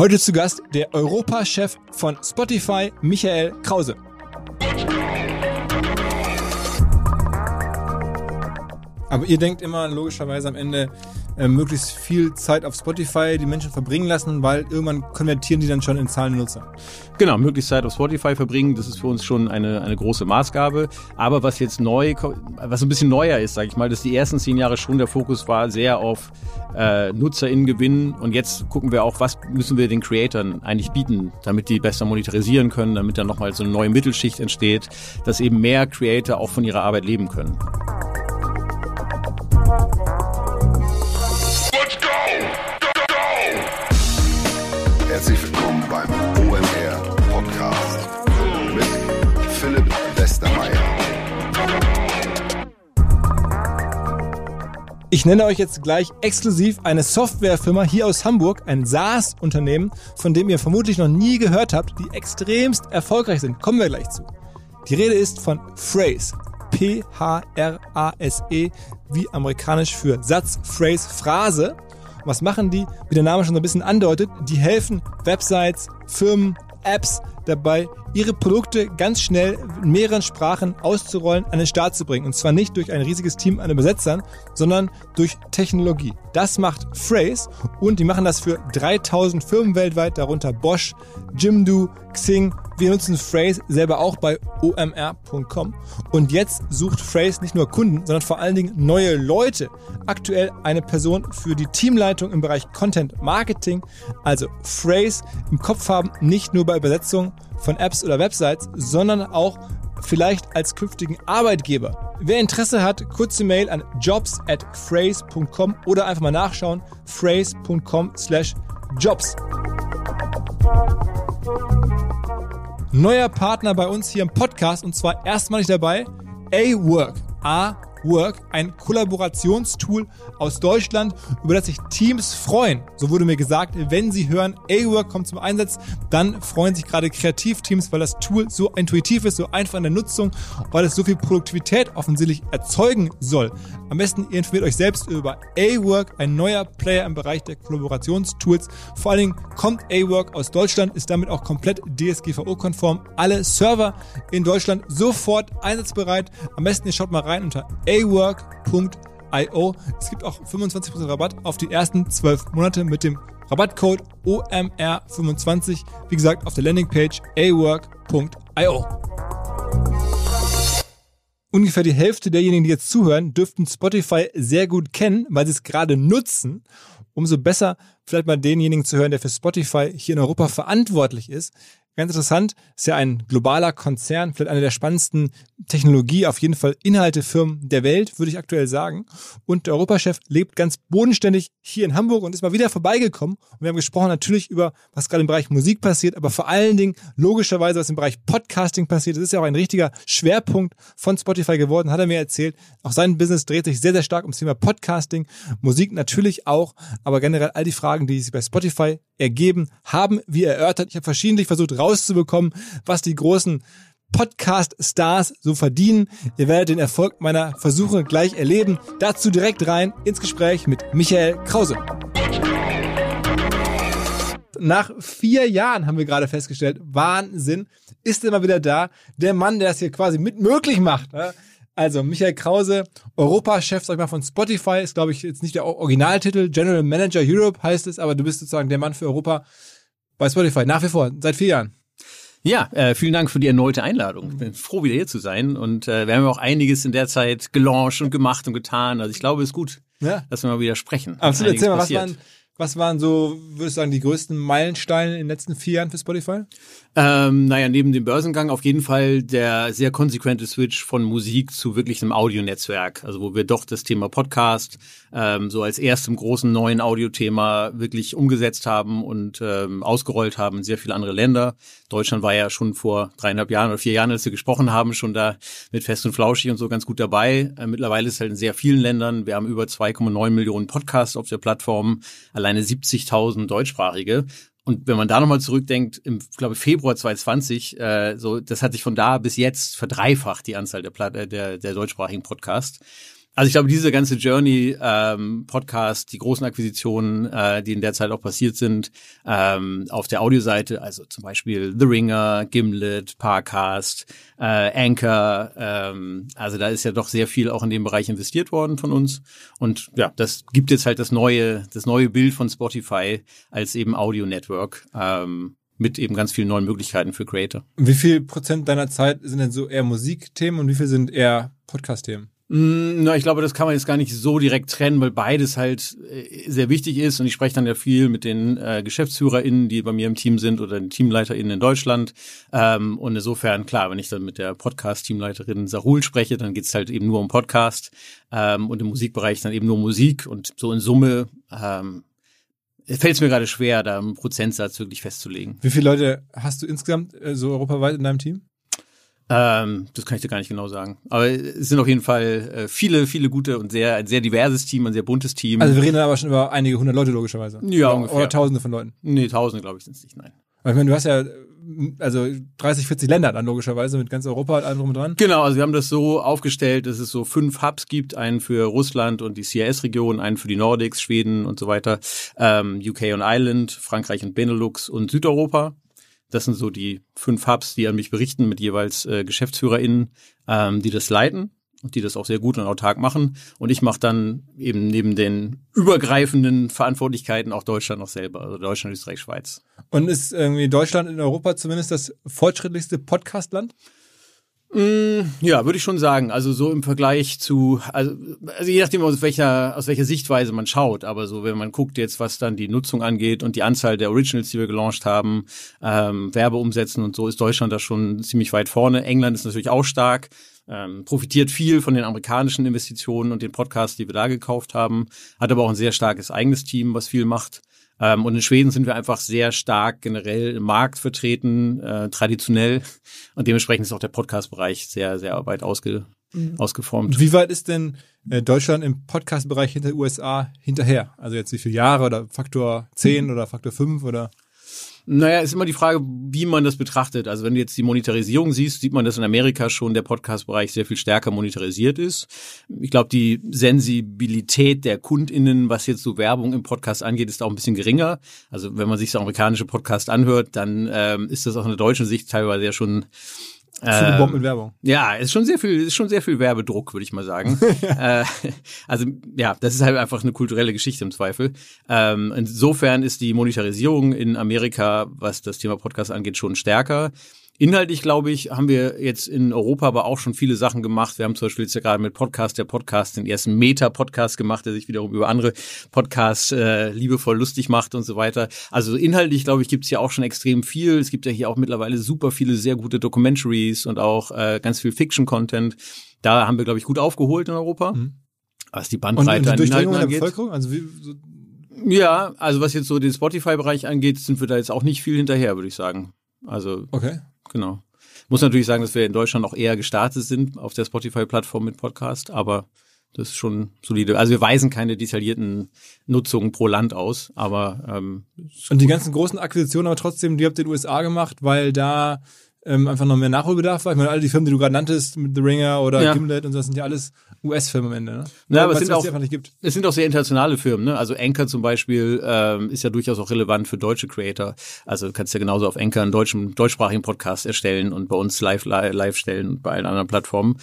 Heute zu Gast der Europachef von Spotify, Michael Krause. Aber ihr denkt immer logischerweise am Ende, möglichst viel Zeit auf Spotify die Menschen verbringen lassen, weil irgendwann konvertieren die dann schon in zahlende Nutzer. Genau, möglichst Zeit auf Spotify verbringen, das ist für uns schon eine große Maßgabe. Aber was jetzt was ein bisschen neuer ist, sage ich mal, dass die ersten 10 Jahre schon der Fokus war sehr auf NutzerInnen gewinnen. Und jetzt gucken wir auch, was müssen wir den Creatoren eigentlich bieten, damit die besser monetarisieren können, damit dann nochmal so eine neue Mittelschicht entsteht, dass eben mehr Creator auch von ihrer Arbeit leben können. Herzlich willkommen beim OMR-Podcast mit Philipp Westermeier. Ich nenne euch jetzt gleich exklusiv eine Softwarefirma hier aus Hamburg, ein SaaS-Unternehmen, von dem ihr vermutlich noch nie gehört habt, die extremst erfolgreich sind. Kommen wir gleich zu. Die Rede ist von Phrase. P-H-R-A-S-E, wie amerikanisch für Satz, Phrase, Phrase. Und was machen die? Wie der Name schon so ein bisschen andeutet, die helfen Websites, Firmen, Apps dabei, ihre Produkte ganz schnell in mehreren Sprachen auszurollen, an den Start zu bringen. Und zwar nicht durch ein riesiges Team an Übersetzern, sondern durch Technologie. Das macht Phrase und die machen das für 3000 Firmen weltweit, darunter Bosch, Jimdo, Xing. Wir nutzen Phrase selber auch bei omr.com. Und jetzt sucht Phrase nicht nur Kunden, sondern vor allen Dingen neue Leute. Aktuell eine Person für die Teamleitung im Bereich Content Marketing. Also Phrase im Kopf haben, nicht nur bei Übersetzung von Apps oder Websites, sondern auch vielleicht als künftigen Arbeitgeber. Wer Interesse hat, kurze Mail an jobs@phrase.com oder einfach mal nachschauen, phrase.com/jobs. Neuer Partner bei uns hier im Podcast und zwar erstmalig dabei A-Work. A-Work, ein Kollaborationstool aus Deutschland, über das sich Teams freuen. So wurde mir gesagt, wenn sie hören, A-Work kommt zum Einsatz, dann freuen sich gerade Kreativteams, weil das Tool so intuitiv ist, so einfach in der Nutzung, weil es so viel Produktivität offensichtlich erzeugen soll. Am besten ihr informiert euch selbst über A-Work, ein neuer Player im Bereich der Kollaborationstools. Vor allen Dingen kommt A-Work aus Deutschland, ist damit auch komplett DSGVO-konform. Alle Server in Deutschland sofort einsatzbereit. Am besten ihr schaut mal rein unter awork.io. Es gibt auch 25% Rabatt auf die ersten 12 Monate mit dem Rabattcode OMR25. Wie gesagt, auf der Landingpage awork.io. Ungefähr die Hälfte derjenigen, die jetzt zuhören, dürften Spotify sehr gut kennen, weil sie es gerade nutzen. Umso besser vielleicht mal denjenigen zu hören, der für Spotify hier in Europa verantwortlich ist. Ganz interessant, ist ja ein globaler Konzern, vielleicht eine der spannendsten Technologie, auf jeden Fall Inhaltefirmen der Welt, würde ich aktuell sagen. Und der Europachef lebt ganz bodenständig hier in Hamburg und ist mal wieder vorbeigekommen. Und wir haben gesprochen natürlich über, was gerade im Bereich Musik passiert, aber vor allen Dingen logischerweise, was im Bereich Podcasting passiert. Das ist ja auch ein richtiger Schwerpunkt von Spotify geworden, hat er mir erzählt. Auch sein Business dreht sich sehr, sehr stark ums Thema Podcasting, Musik natürlich auch, aber generell all die Fragen, die sich bei Spotify ergeben, haben wir erörtert. Ich habe verschiedentlich versucht rauszubekommen, was die großen Podcast-Stars so verdienen. Ihr werdet den Erfolg meiner Versuche gleich erleben. Dazu direkt rein ins Gespräch mit Michael Krause. Nach 4 Jahren haben wir gerade festgestellt, Wahnsinn, ist immer wieder da. Der Mann, der das hier quasi mit möglich macht. Also Michael Krause, Europachef, sag ich mal, von Spotify, ist glaube ich jetzt nicht der Originaltitel, General Manager Europe heißt es, aber du bist sozusagen der Mann für Europa bei Spotify, nach wie vor, seit 4 Jahren. Ja, vielen Dank für die erneute Einladung. Ich bin froh, wieder hier zu sein und wir haben ja auch einiges in der Zeit gelauncht und gemacht und getan. Also ich glaube, es ist gut, dass wir mal wieder sprechen. Absolut, erzähl mal, was waren so, würdest du sagen, die größten Meilensteine in den letzten 4 Jahren für Spotify? Neben dem Börsengang auf jeden Fall der sehr konsequente Switch von Musik zu wirklich einem Audionetzwerk. Also wo wir doch das Thema Podcast so als erstem großen neuen Audiothema wirklich umgesetzt haben und ausgerollt haben in sehr viele andere Länder. Deutschland war ja schon vor 3,5 Jahren oder 4 Jahren, als wir gesprochen haben, schon da mit Fest und Flauschig und so ganz gut dabei. Mittlerweile ist es halt in sehr vielen Ländern. Wir haben über 2,9 Millionen Podcasts auf der Plattform, alleine 70.000 deutschsprachige. Und wenn man da nochmal zurückdenkt, im, glaube Februar 2020, das hat sich von da bis jetzt verdreifacht, die Anzahl der deutschsprachigen Podcasts. Also ich glaube, diese ganze Journey, Podcast, die großen Akquisitionen, die in der Zeit auch passiert sind, auf der Audioseite, also zum Beispiel The Ringer, Gimlet, Parcast, Anchor, also da ist ja doch sehr viel auch in dem Bereich investiert worden von uns. Und ja, das gibt jetzt halt das neue Bild von Spotify als eben Audio-Network, mit eben ganz vielen neuen Möglichkeiten für Creator. Wie viel Prozent deiner Zeit sind denn so eher Musikthemen und wie viel sind eher Podcast-Themen? Na, ich glaube, das kann man jetzt gar nicht so direkt trennen, weil beides halt sehr wichtig ist. Und ich spreche dann ja viel mit den GeschäftsführerInnen, die bei mir im Team sind oder den TeamleiterInnen in Deutschland. Und insofern, klar, wenn ich dann mit der Podcast-Teamleiterin Sahul spreche, dann geht's halt eben nur um Podcast. Und im Musikbereich dann eben nur Musik. Und so in Summe fällt es mir gerade schwer, da einen Prozentsatz wirklich festzulegen. Wie viele Leute hast du insgesamt so europaweit in deinem Team? Das kann ich dir gar nicht genau sagen. Aber es sind auf jeden Fall viele gute und ein sehr diverses Team, ein sehr buntes Team. Also wir reden aber schon über einige hundert Leute logischerweise. Ja, ungefähr. Oder Tausende von Leuten. Nee, Tausende glaube ich sind es nicht, nein. Weil ich meine, du hast ja also 30, 40 Länder dann logischerweise mit ganz Europa und allem drum und dran. Genau, also wir haben das so aufgestellt, dass es so 5 Hubs gibt, einen für Russland und die CIS-Region, einen für die Nordics, Schweden und so weiter, UK und Ireland, Frankreich und Benelux und Südeuropa. Das sind so die 5 Hubs, die an mich berichten mit jeweils GeschäftsführerInnen, die das leiten und die das auch sehr gut und autark machen. Und ich mache dann eben neben den übergreifenden Verantwortlichkeiten auch Deutschland noch selber, also Deutschland, Österreich, Schweiz. Und ist irgendwie Deutschland in Europa zumindest das fortschrittlichste Podcast-Land? Ja, würde ich schon sagen. Also so im Vergleich zu, also je nachdem aus welcher Sichtweise man schaut, aber so wenn man guckt jetzt, was dann die Nutzung angeht und die Anzahl der Originals, die wir gelauncht haben, Werbeumsätzen und so, ist Deutschland da schon ziemlich weit vorne. England ist natürlich auch stark, profitiert viel von den amerikanischen Investitionen und den Podcasts, die wir da gekauft haben, hat aber auch ein sehr starkes eigenes Team, was viel macht. Und in Schweden sind wir einfach sehr stark generell im Markt vertreten, traditionell. Und dementsprechend ist auch der Podcast-Bereich sehr, sehr weit ausgeformt. Wie weit ist denn Deutschland im Podcast-Bereich hinter den USA hinterher? Also jetzt wie viele Jahre oder Faktor 10 oder Faktor 5 oder? Naja, ist immer die Frage, wie man das betrachtet. Also wenn du jetzt die Monetarisierung siehst, sieht man, dass in Amerika schon der Podcast-Bereich sehr viel stärker monetarisiert ist. Ich glaube, die Sensibilität der KundInnen, was jetzt so Werbung im Podcast angeht, ist auch ein bisschen geringer. Also wenn man sich so amerikanische Podcast anhört, dann ist das aus einer deutschen Sicht teilweise ja schon zugebombt mit Werbung. Ja, ist schon sehr viel Werbedruck, würde ich mal sagen. Also ja, das ist halt einfach eine kulturelle Geschichte im Zweifel. Insofern ist die Monetarisierung in Amerika, was das Thema Podcast angeht, schon stärker. Inhaltlich, glaube ich, haben wir jetzt in Europa aber auch schon viele Sachen gemacht. Wir haben zum Beispiel jetzt ja gerade mit der Podcast den ersten Meta-Podcast gemacht, der sich wiederum über andere Podcasts liebevoll lustig macht und so weiter. Also inhaltlich, glaube ich, gibt es ja auch schon extrem viel. Es gibt ja hier auch mittlerweile super viele sehr gute Documentaries und auch ganz viel Fiction-Content. Da haben wir, glaube ich, gut aufgeholt in Europa, was die Bandbreite an Inhalten angeht. Bevölkerung? Also ja, also was jetzt so den Spotify-Bereich angeht, sind wir da jetzt auch nicht viel hinterher, würde ich sagen. Also okay. Genau. Muss natürlich sagen, dass wir in Deutschland auch eher gestartet sind auf der Spotify-Plattform mit Podcast, aber das ist schon solide. Also wir weisen keine detaillierten Nutzungen pro Land aus, aber und die ganzen großen Akquisitionen aber trotzdem, die habt ihr in den USA gemacht, weil da einfach noch mehr Nachholbedarf war. Ich meine, alle die Firmen, die du gerade nanntest, mit The Ringer oder Gimlet und so, das sind ja alles US-Firmen am Ende, ne? Ja, aber es sind auch sehr internationale Firmen, ne? Also Anchor zum Beispiel ist ja durchaus auch relevant für deutsche Creator. Also du kannst ja genauso auf Anchor einen deutschsprachigen Podcast erstellen und bei uns live stellen und bei allen anderen Plattformen.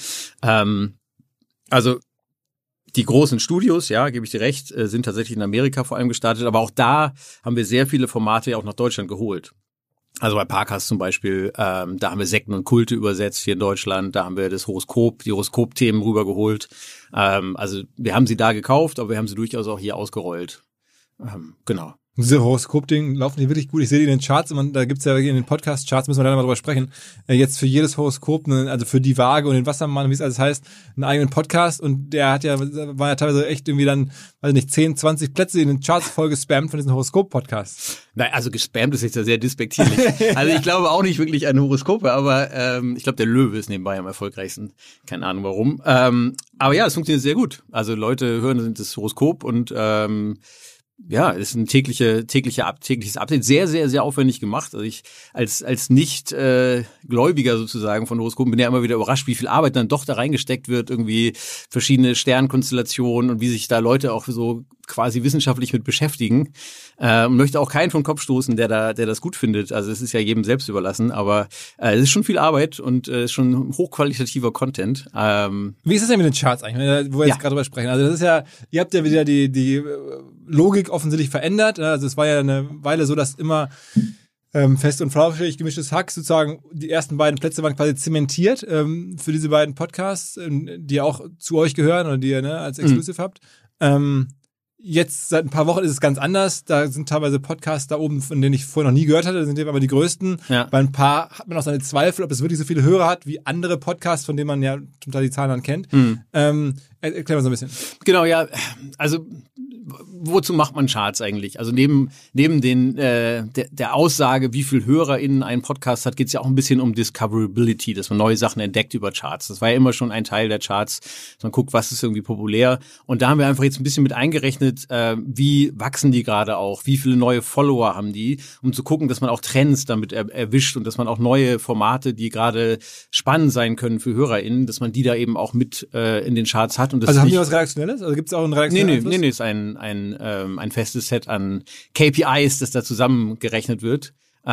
Also die großen Studios, ja, gebe ich dir recht, sind tatsächlich in Amerika vor allem gestartet, aber auch da haben wir sehr viele Formate ja auch nach Deutschland geholt. Also bei Parcast zum Beispiel, da haben wir Sekten und Kulte übersetzt hier in Deutschland, da haben wir die Horoskop-Themen rübergeholt. Also wir haben sie da gekauft, aber wir haben sie durchaus auch hier ausgerollt. Genau. Diese Horoskop-Ding laufen hier wirklich gut. Ich sehe die in den Charts, da gibt's ja in den Podcast-Charts, müssen wir da mal drüber sprechen, jetzt für jedes Horoskop, also für die Waage und den Wassermann, wie es alles heißt, einen eigenen Podcast und der war ja teilweise echt irgendwie dann, weiß nicht, 10, 20 Plätze in den Charts voll gespammt von diesen Horoskop-Podcasts. Nein, also gespammt ist jetzt ja sehr despektierlich. Also ich glaube auch nicht wirklich an Horoskope, aber ich glaube, der Löwe ist nebenbei am erfolgreichsten. Keine Ahnung warum. Aber ja, es funktioniert sehr gut. Also Leute hören das Horoskop und ja, ist ein tägliches Update, sehr, sehr, sehr aufwendig gemacht. Also ich als nicht Gläubiger sozusagen von Horoskopen bin ja immer wieder überrascht, wie viel Arbeit dann doch da reingesteckt wird, irgendwie verschiedene Sternkonstellationen und wie sich da Leute auch so quasi wissenschaftlich mit beschäftigen. Möchte auch keinen vom Kopf stoßen, der das gut findet. Also es ist ja jedem selbst überlassen, aber es ist schon viel Arbeit und ist schon hochqualitativer Content. Wie ist es denn mit den Charts eigentlich, wo wir jetzt gerade drüber sprechen? Also das ist ja, ihr habt ja wieder die Logik offensichtlich verändert. Also es war ja eine Weile so, dass immer Fest und Flauschig, gemischtes Hack sozusagen, die ersten beiden Plätze waren quasi zementiert für diese beiden Podcasts, die auch zu euch gehören oder die ihr als Exclusive habt. Jetzt seit ein paar Wochen ist es ganz anders. Da sind teilweise Podcasts da oben, von denen ich vorher noch nie gehört hatte. Das sind eben aber die größten. Ja. Bei ein paar hat man auch seine Zweifel, ob es wirklich so viele Hörer hat wie andere Podcasts, von denen man ja zum Teil die Zahlen dann kennt. Erklär mal so ein bisschen. Genau, ja. Also wozu macht man Charts eigentlich? Also neben der Aussage, wie viel HörerInnen ein Podcast hat, geht es ja auch ein bisschen um Discoverability, dass man neue Sachen entdeckt über Charts. Das war ja immer schon ein Teil der Charts, dass man guckt, was ist irgendwie populär. Und da haben wir einfach jetzt ein bisschen mit eingerechnet, wie wachsen die gerade auch, wie viele neue Follower haben die, um zu gucken, dass man auch Trends damit erwischt und dass man auch neue Formate, die gerade spannend sein können für HörerInnen, dass man die da eben auch mit in den Charts hat. Und das also haben die was Redaktionelles? Also gibt es auch einen redaktionellen Einfluss? Nee, ist ein festes Set an KPIs, das da zusammengerechnet wird.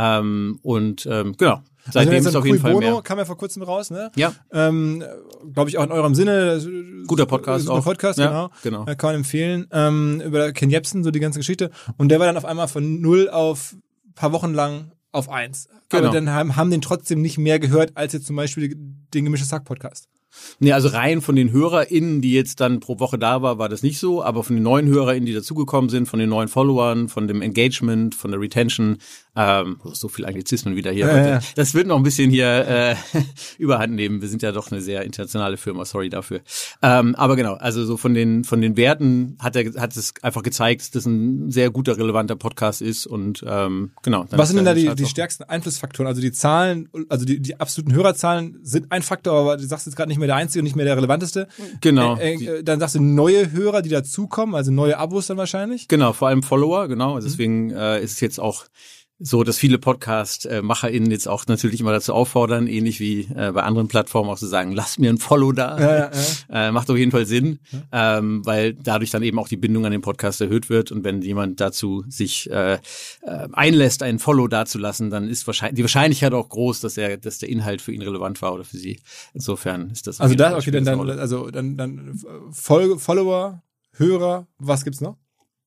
Genau. Seitdem ist auf jeden Fall mehr. Kam ja vor kurzem raus, ne? Ja. Glaube ich auch in eurem Sinne. Guter Podcast auch. Podcast, ja, genau. Kann man empfehlen. Über Ken Jebsen, so die ganze Geschichte. Und der war dann auf einmal von 0 auf ein paar Wochen lang auf 1. Genau. Aber dann haben den trotzdem nicht mehr gehört, als jetzt zum Beispiel den Gemischtes Hack Podcast. Nee, also rein von den HörerInnen, die jetzt dann pro Woche da war das nicht so, aber von den neuen HörerInnen, die dazugekommen sind, von den neuen Followern, von dem Engagement, von der Retention, so viel Anglizismen wieder hier. Ja. Das wird noch ein bisschen hier überhand nehmen. Wir sind ja doch eine sehr internationale Firma, sorry dafür. Aber genau, also so von den Werten hat es einfach gezeigt, dass ein sehr guter, relevanter Podcast ist und genau. Was sind denn da die stärksten Einflussfaktoren? Also die Zahlen, also die absoluten Hörerzahlen sind ein Faktor, aber du sagst jetzt gerade nicht mehr der einzige und nicht mehr der relevanteste. Genau. Dann sagst du neue Hörer, die dazukommen, also neue Abos dann wahrscheinlich? Genau, vor allem Follower, genau. Also deswegen ist es jetzt auch so, dass viele Podcast-MacherInnen jetzt auch natürlich immer dazu auffordern, ähnlich wie bei anderen Plattformen auch zu sagen, lasst mir ein Follow da. Ja. Macht auf jeden Fall Sinn, weil dadurch dann eben auch die Bindung an den Podcast erhöht wird und wenn jemand dazu sich einlässt, einen Follow dazulassen, dann ist die Wahrscheinlichkeit auch groß, dass der Inhalt für ihn relevant war oder für sie. Insofern ist das also da okay, dann Follower, Hörer, was gibt's noch?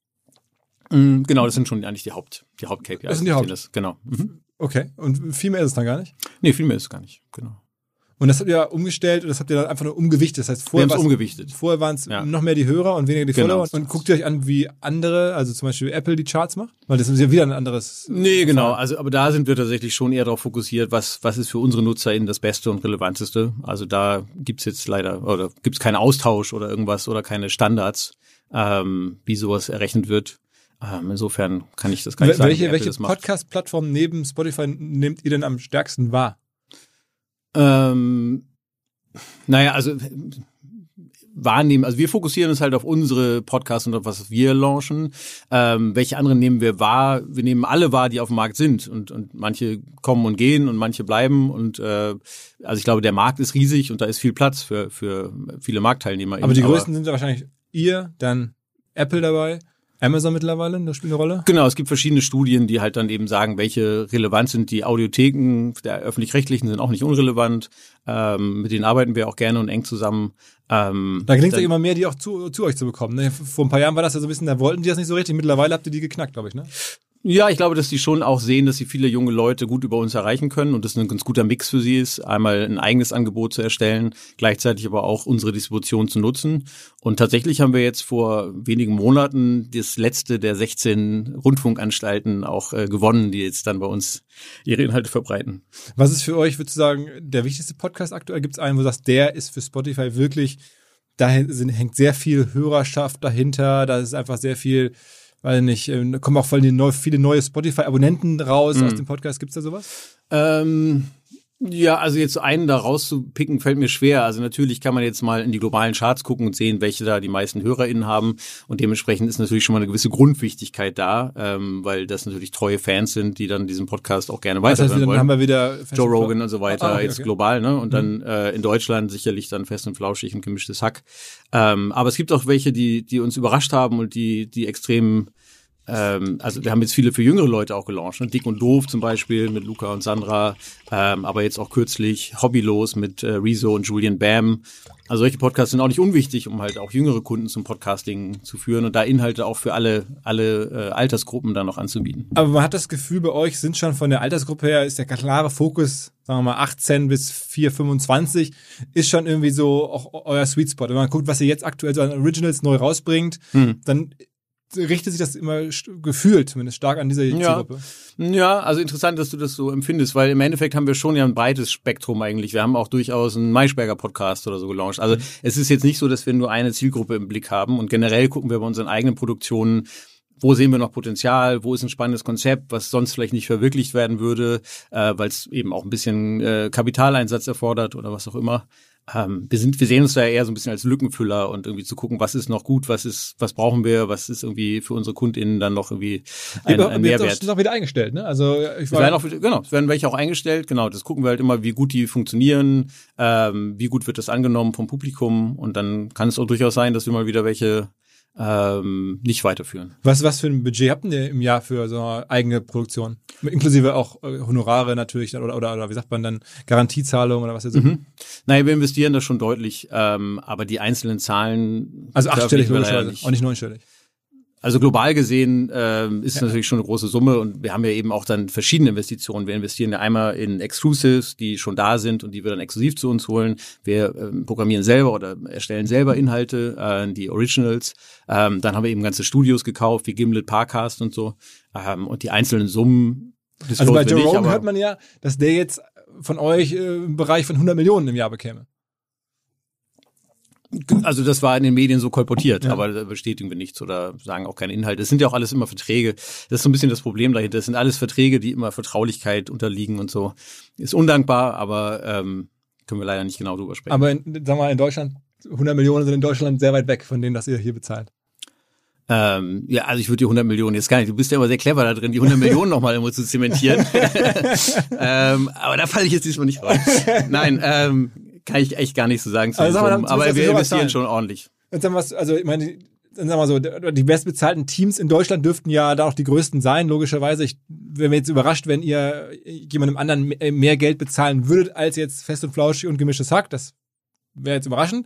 Genau, das sind schon eigentlich die Haupt-KPIs. Das sind die Haupt. Genau. Mhm. Okay, und viel mehr ist es dann gar nicht? Nee, viel mehr ist es gar nicht, genau. Und das habt ihr umgestellt und das habt ihr dann einfach nur umgewichtet. Das heißt, vorher waren es noch mehr die Hörer und weniger die Follower. Und guckt ihr euch an, wie andere, also zum Beispiel Apple, die Charts macht? Weil das ist ja wieder ein anderes. Nee, genau. Also, aber da sind wir tatsächlich schon eher darauf fokussiert, was ist für unsere NutzerInnen das Beste und Relevanteste. Also da gibt's jetzt leider, oder gibt's keinen Austausch oder irgendwas oder keine Standards, wie sowas errechnet wird. Insofern kann ich das gar nicht sagen. Welche Podcast-Plattform neben Spotify nehmt ihr denn am stärksten wahr? Naja, also wahrnehmen, also wir fokussieren uns halt auf unsere Podcasts und auf was wir launchen. Welche anderen nehmen wir wahr? Wir nehmen alle wahr, die auf dem Markt sind und manche kommen und gehen und manche bleiben und also ich glaube, der Markt ist riesig und da ist viel Platz für viele Marktteilnehmer. Aber die größten sind ja wahrscheinlich ihr, dann Apple dabei. Amazon mittlerweile, das spielt eine Rolle? Genau, es gibt verschiedene Studien, die halt dann eben sagen, welche relevant sind. Die Audiotheken der Öffentlich-Rechtlichen sind auch nicht unrelevant. Mit denen arbeiten wir auch gerne und eng zusammen. Da gelingt es ja immer mehr, die auch zu euch zu bekommen. Ne? Vor ein paar Jahren war das ja so ein bisschen, da wollten die das nicht so richtig. Mittlerweile habt ihr die geknackt, glaube ich, ne? Ja, ich glaube, dass die schon auch sehen, dass sie viele junge Leute gut über uns erreichen können und das ein ganz guter Mix für sie ist, einmal ein eigenes Angebot zu erstellen, gleichzeitig aber auch unsere Distribution zu nutzen. Und tatsächlich haben wir jetzt vor wenigen Monaten das letzte der 16 Rundfunkanstalten auch gewonnen, die jetzt dann bei uns ihre Inhalte verbreiten. Was ist für euch, würdest du sagen, der wichtigste Podcast aktuell? Gibt es einen, wo du sagst, der ist für Spotify wirklich, da hängt sehr viel Hörerschaft dahinter, da ist einfach sehr viel, weil nicht, kommen auch viele neue Spotify-Abonnenten raus aus dem Podcast. Gibt's da sowas? Ja, also jetzt einen da rauszupicken, fällt mir schwer. Also natürlich kann man jetzt mal in die globalen Charts gucken und sehen, welche da die meisten HörerInnen haben. Und dementsprechend ist natürlich schon mal eine gewisse Grundwichtigkeit da, weil das natürlich treue Fans sind, die dann diesen Podcast auch gerne weiterhören wollen. Dann haben wir wieder Joe Rogan und so weiter, okay, jetzt global, ne? Und dann in Deutschland sicherlich dann Fest und Flauschig und Gemischtes Hack. Aber es gibt auch welche, die uns überrascht haben und die extrem also wir haben jetzt viele für jüngere Leute auch gelauncht, ne? Dick und Doof zum Beispiel mit Luca und Sandra, aber jetzt auch kürzlich Hobbylos mit Rezo und Julian Bam. Also solche Podcasts sind auch nicht unwichtig, um halt auch jüngere Kunden zum Podcasting zu führen und da Inhalte auch für alle Altersgruppen dann noch anzubieten. Aber man hat das Gefühl, bei euch sind schon von der Altersgruppe her, ist der klare Fokus, sagen wir mal 18 bis 4,25, ist schon irgendwie so auch euer Sweet Spot. Wenn man guckt, was ihr jetzt aktuell so an Originals neu rausbringt, dann richtet sich das immer gefühlt zumindest stark an diese Zielgruppe. Ja, also interessant, dass du das so empfindest, weil im Endeffekt haben wir schon ja ein breites Spektrum eigentlich. Wir haben auch durchaus einen Maischberger-Podcast oder so gelauncht. Also es ist jetzt nicht so, dass wir nur eine Zielgruppe im Blick haben und generell gucken wir bei unseren eigenen Produktionen, wo sehen wir noch Potenzial, wo ist ein spannendes Konzept, was sonst vielleicht nicht verwirklicht werden würde, weil es eben auch ein bisschen Kapitaleinsatz erfordert oder was auch immer. Wir sehen uns da eher so ein bisschen als Lückenfüller und irgendwie zu gucken, was ist noch gut, was brauchen wir, was ist irgendwie für unsere KundInnen dann noch irgendwie ein Mehrwert. Das ist auch wieder eingestellt, ne? Also es werden welche auch eingestellt, genau, das gucken wir halt immer, wie gut die funktionieren, wie gut wird das angenommen vom Publikum und dann kann es auch durchaus sein, dass wir mal wieder welche nicht weiterführen. Was für ein Budget habt ihr im Jahr für so eine eigene Produktion? Inklusive auch Honorare natürlich oder wie sagt man dann, Garantiezahlungen oder was ihr so? Naja, wir investieren da schon deutlich, aber die einzelnen Zahlen... Also achtstellig logischerweise, auch nicht neunstellig. Also global gesehen ist natürlich schon eine große Summe und wir haben ja eben auch dann verschiedene Investitionen. Wir investieren ja einmal in Exclusives, die schon da sind und die wir dann exklusiv zu uns holen. Wir programmieren selber oder erstellen selber Inhalte, die Originals. Dann haben wir eben ganze Studios gekauft, wie Gimlet, Parcast und so. Und die einzelnen Summen... Also bei Joe Rogan hört man ja, dass der jetzt von euch im Bereich von 100 Millionen im Jahr bekäme. Also das war in den Medien so kolportiert, aber da bestätigen wir nichts oder sagen auch keine Inhalte. Das sind ja auch alles immer Verträge. Das ist so ein bisschen das Problem dahinter. Das sind alles Verträge, die immer Vertraulichkeit unterliegen und so. Ist undankbar, aber können wir leider nicht genau drüber sprechen. Aber sagen wir mal, in Deutschland, 100 Millionen sind in Deutschland sehr weit weg von denen, das ihr hier bezahlt. Ja, also ich würde die 100 Millionen jetzt gar nicht. Du bist ja immer sehr clever da drin, die 100 Millionen nochmal irgendwo zu zementieren. Aber da falle ich jetzt diesmal nicht rein. Nein, kann ich echt gar nicht so sagen. Also aber wir investieren schon ordentlich. Jetzt sagen wir, also ich meine, dann sagen wir so, die bestbezahlten Teams in Deutschland dürften ja da auch die größten sein, logischerweise. Ich wäre jetzt überrascht, wenn ihr jemandem anderen mehr Geld bezahlen würdet, als jetzt Fest und Flauschig und Gemischtes Hack. Das wäre jetzt überraschend.